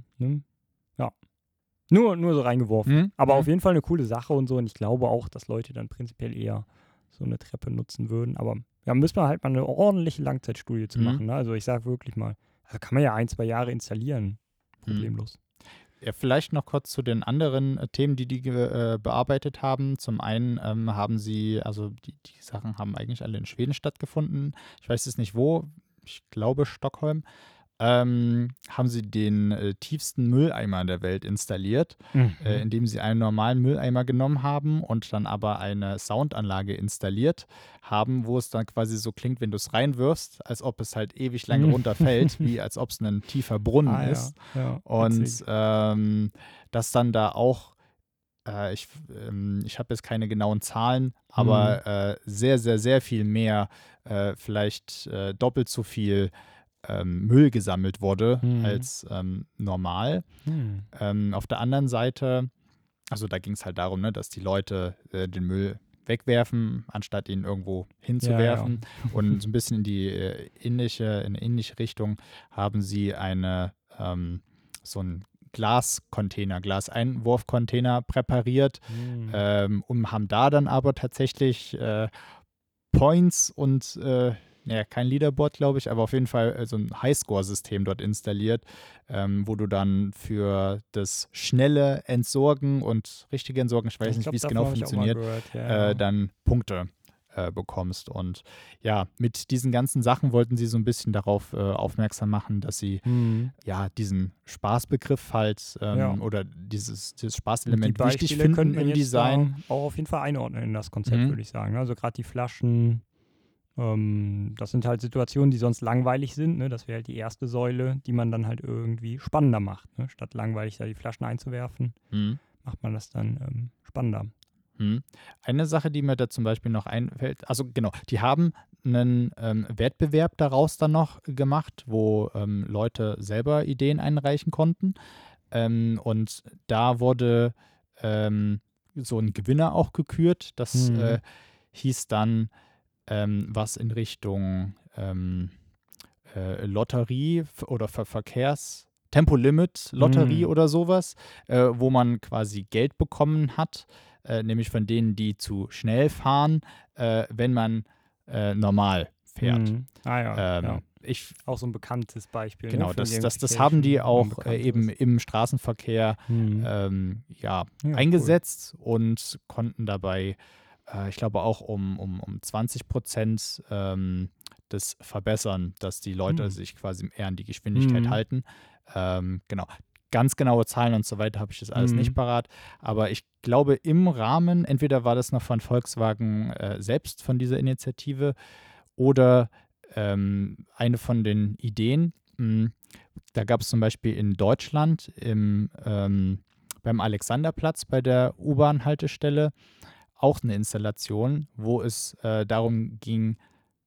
Nur so reingeworfen. Aber auf jeden Fall eine coole Sache und so. Und ich glaube auch, dass Leute dann prinzipiell eher so eine Treppe nutzen würden. Aber müssen wir halt mal eine ordentliche Langzeitstudie zu machen. Ne? Also ich sage wirklich mal, also kann man ja 1-2 Jahre installieren. Problemlos. Ja, vielleicht noch kurz zu den anderen Themen, die bearbeitet haben. Zum einen haben sie, also die Sachen haben eigentlich alle in Schweden stattgefunden. Ich weiß jetzt nicht wo, ich glaube Stockholm. Haben sie den tiefsten Mülleimer der Welt installiert, indem sie einen normalen Mülleimer genommen haben und dann aber eine Soundanlage installiert haben, wo es dann quasi so klingt, wenn du es reinwirfst, als ob es halt ewig lange runterfällt, wie als ob es ein tiefer Brunnen ist. Ja, und dass dann da auch ich habe jetzt keine genauen Zahlen, aber sehr, sehr, sehr viel mehr, vielleicht doppelt so viel Müll gesammelt wurde als normal. Auf der anderen Seite, also da ging es halt darum, ne, dass die Leute den Müll wegwerfen, anstatt ihn irgendwo hinzuwerfen. Und so ein bisschen in die ähnliche Richtung haben sie so einen Glaseinwurfcontainer präpariert und haben da dann aber tatsächlich Points und kein Leaderboard, glaube ich, aber auf jeden Fall so ein Highscore-System dort installiert, wo du dann für das schnelle Entsorgen und richtige Entsorgen, ich weiß nicht, wie es genau funktioniert, dann Punkte bekommst. Und ja, mit diesen ganzen Sachen wollten sie so ein bisschen darauf aufmerksam machen, dass sie diesen Spaßbegriff halt oder dieses Spaßelement wichtig finden im Design. Auch auf jeden Fall einordnen in das Konzept, würde ich sagen. Also gerade die Flaschen, das sind halt Situationen, die sonst langweilig sind. Ne? Das wäre halt die erste Säule, die man dann halt irgendwie spannender macht. Ne? Statt langweilig da die Flaschen einzuwerfen, macht man das dann spannender. Eine Sache, die mir da zum Beispiel noch einfällt, also genau, die haben einen Wettbewerb daraus dann noch gemacht, wo Leute selber Ideen einreichen konnten. Und da wurde so ein Gewinner auch gekürt. Das hieß dann was in Richtung Lotterie oder Tempolimit-Lotterie oder sowas, wo man quasi Geld bekommen hat, nämlich von denen, die zu schnell fahren, wenn man normal fährt. Auch so ein bekanntes Beispiel. Genau, ne, das haben die auch eben im Straßenverkehr eingesetzt und konnten dabei, ich glaube auch um 20% das verbessern, dass die Leute sich quasi eher an die Geschwindigkeit halten. Genau. Ganz genaue Zahlen und so weiter habe ich das alles nicht parat. Aber ich glaube, im Rahmen, entweder war das noch von Volkswagen selbst, von dieser Initiative, oder eine von den Ideen. Da gab es zum Beispiel in Deutschland beim Alexanderplatz bei der U-Bahn-Haltestelle auch eine Installation, wo es darum ging,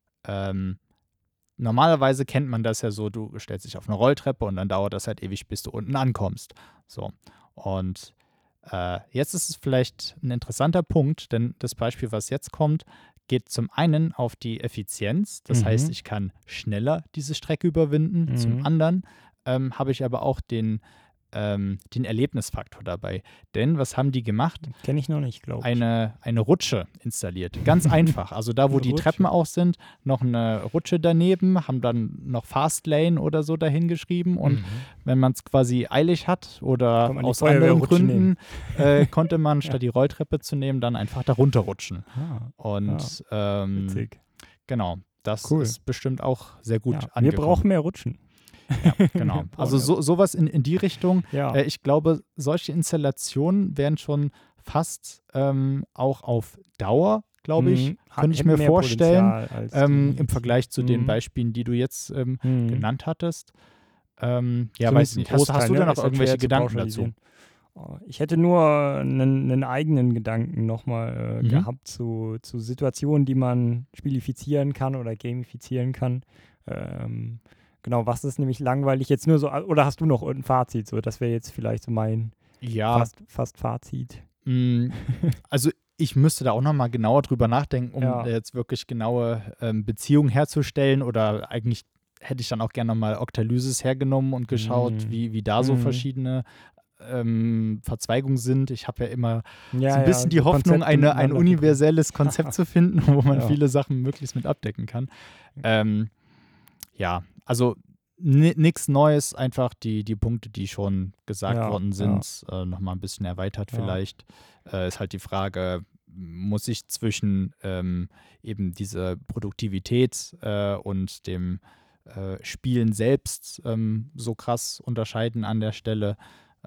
normalerweise kennt man das ja so, du stellst dich auf eine Rolltreppe und dann dauert das halt ewig, bis du unten ankommst. So. Und jetzt ist es vielleicht ein interessanter Punkt, denn das Beispiel, was jetzt kommt, geht zum einen auf die Effizienz. Das heißt, ich kann schneller diese Strecke überwinden. Zum anderen habe ich aber auch den Erlebnisfaktor dabei. Denn was haben die gemacht? Kenne ich noch nicht, glaube ich. Eine Rutsche installiert. Ganz einfach. Also da, wo die Treppen auch sind, noch eine Rutsche daneben, haben dann noch Fastlane oder so dahin geschrieben. Und wenn man es quasi eilig hat oder aus anderen Gründen, konnte man statt die Rolltreppe zu nehmen, dann einfach da runterrutschen. Und witzig. Genau, das ist bestimmt auch sehr gut angekommen. Wir brauchen mehr Rutschen. Ja, genau. Also sowas in die Richtung. Ja. Ich glaube, solche Installationen wären schon fast auch auf Dauer, glaube ich, könnte ich mir vorstellen, im Vergleich zu den Beispielen, die du jetzt genannt hattest. Weiß ich nicht. Hast du da noch irgendwelche Gedanken dazu? Ich hätte nur einen eigenen Gedanken nochmal gehabt zu Situationen, die man spielifizieren kann oder gamifizieren kann. Genau, was ist nämlich langweilig jetzt nur so, oder hast du noch ein Fazit? So, das wäre jetzt vielleicht so mein fast Fazit. Also ich müsste da auch nochmal genauer drüber nachdenken, um jetzt wirklich genaue Beziehungen herzustellen, oder eigentlich hätte ich dann auch gerne nochmal Octalysis hergenommen und geschaut, wie da so verschiedene Verzweigungen sind. Ich habe ja immer so ein bisschen die Hoffnung, ein universelles Konzept zu finden, wo man viele Sachen möglichst mit abdecken kann. Also nichts Neues, einfach die Punkte, die schon gesagt worden sind, nochmal ein bisschen erweitert vielleicht. Ist halt die Frage, muss ich zwischen eben dieser Produktivität und dem Spielen selbst so krass unterscheiden an der Stelle.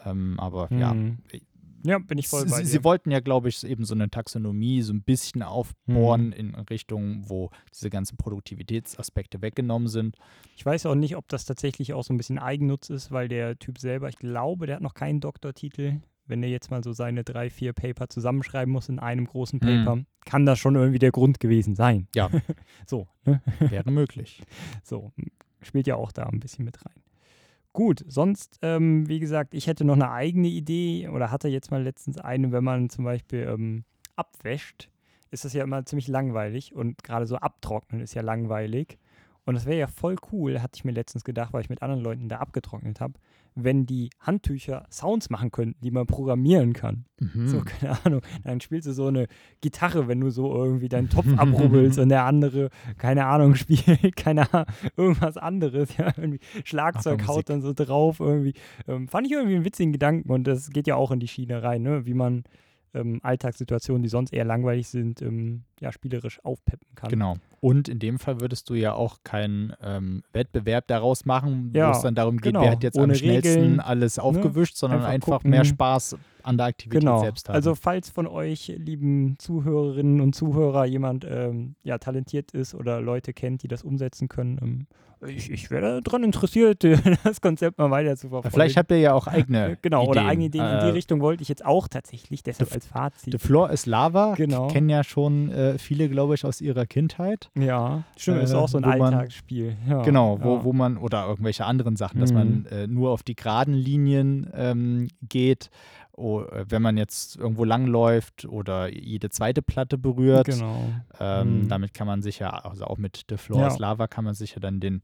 Ja, bin ich voll bei dir. Sie wollten ja, glaube ich, eben so eine Taxonomie so ein bisschen aufbohren in Richtung, wo diese ganzen Produktivitätsaspekte weggenommen sind. Ich weiß auch nicht, ob das tatsächlich auch so ein bisschen Eigennutz ist, weil der Typ selber, ich glaube, der hat noch keinen Doktortitel. Wenn er jetzt mal so seine 3-4 Paper zusammenschreiben muss in einem großen Paper, kann das schon irgendwie der Grund gewesen sein. Ja. So. Ne? Wäre möglich. So, spielt ja auch da ein bisschen mit rein. Gut, sonst, wie gesagt, ich hätte noch eine eigene Idee oder hatte jetzt mal letztens eine, wenn man zum Beispiel abwäscht, ist das ja immer ziemlich langweilig und gerade so abtrocknen ist ja langweilig. Und das wäre ja voll cool, hatte ich mir letztens gedacht, weil ich mit anderen Leuten da abgetrocknet habe, wenn die Handtücher Sounds machen könnten, die man programmieren kann. So, keine Ahnung. Dann spielst du so eine Gitarre, wenn du so irgendwie deinen Topf abrubbelst und der andere, keine Ahnung, spielt, keine Ahnung, irgendwas anderes. Ja, irgendwie Schlagzeug haut dann so drauf irgendwie. Fand ich irgendwie einen witzigen Gedanken und das geht ja auch in die Schiene rein, ne? Wie man Alltagssituationen, die sonst eher langweilig sind, spielerisch aufpeppen kann. Genau. Und in dem Fall würdest du ja auch keinen Wettbewerb daraus machen, wo es dann darum geht, wer hat jetzt ohne am schnellsten Regeln, alles aufgewischt, sondern einfach gucken. mehr Spaß an der Aktivität selbst haben. Also falls von euch, lieben Zuhörerinnen und Zuhörer, jemand talentiert ist oder Leute kennt, die das umsetzen können, ich wäre daran interessiert, das Konzept mal weiter zu verfolgen. Vielleicht habt ihr ja auch eigene Ideen. Oder eigene Ideen. In die Richtung wollte ich jetzt auch tatsächlich, deshalb als Fazit. The Floor is Lava. Genau. Kennen ja schon viele, glaube ich, aus ihrer Kindheit. Ja, stimmt, ist auch so ein Alltagsspiel. Ja, genau, wo man, oder irgendwelche anderen Sachen, dass man nur auf die geraden Linien geht, wenn man jetzt irgendwo langläuft oder jede zweite Platte berührt. Genau. Damit kann man sich ja, also auch mit The Floor is Lava kann man sich ja dann den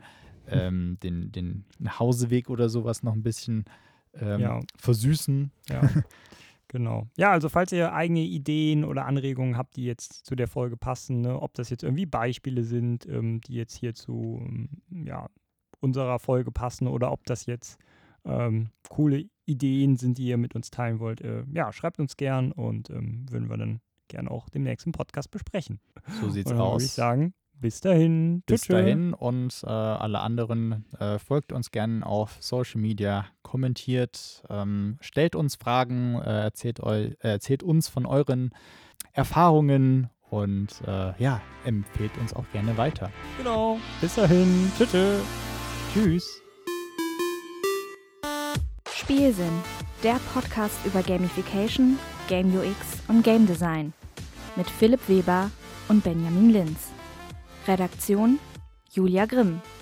Nachhauseweg oder sowas noch ein bisschen versüßen. Ja. Genau. Ja, also falls ihr eigene Ideen oder Anregungen habt, die jetzt zu der Folge passen, ne, ob das jetzt irgendwie Beispiele sind, die jetzt hier zu unserer Folge passen oder ob das jetzt coole Ideen sind, die ihr mit uns teilen wollt, schreibt uns gern und würden wir dann gern auch dem nächsten Podcast besprechen. So sieht's und dann aus. würde ich sagen, bis dahin. Bis dahin und alle anderen folgt uns gerne auf Social Media, kommentiert, stellt uns Fragen, erzählt uns von euren Erfahrungen und empfehlt uns auch gerne weiter. Genau. Bis dahin. Tschüss. Spielsinn, der Podcast über Gamification, Game UX und Game Design mit Philipp Weber und Benjamin Linz. Redaktion Julia Grimm.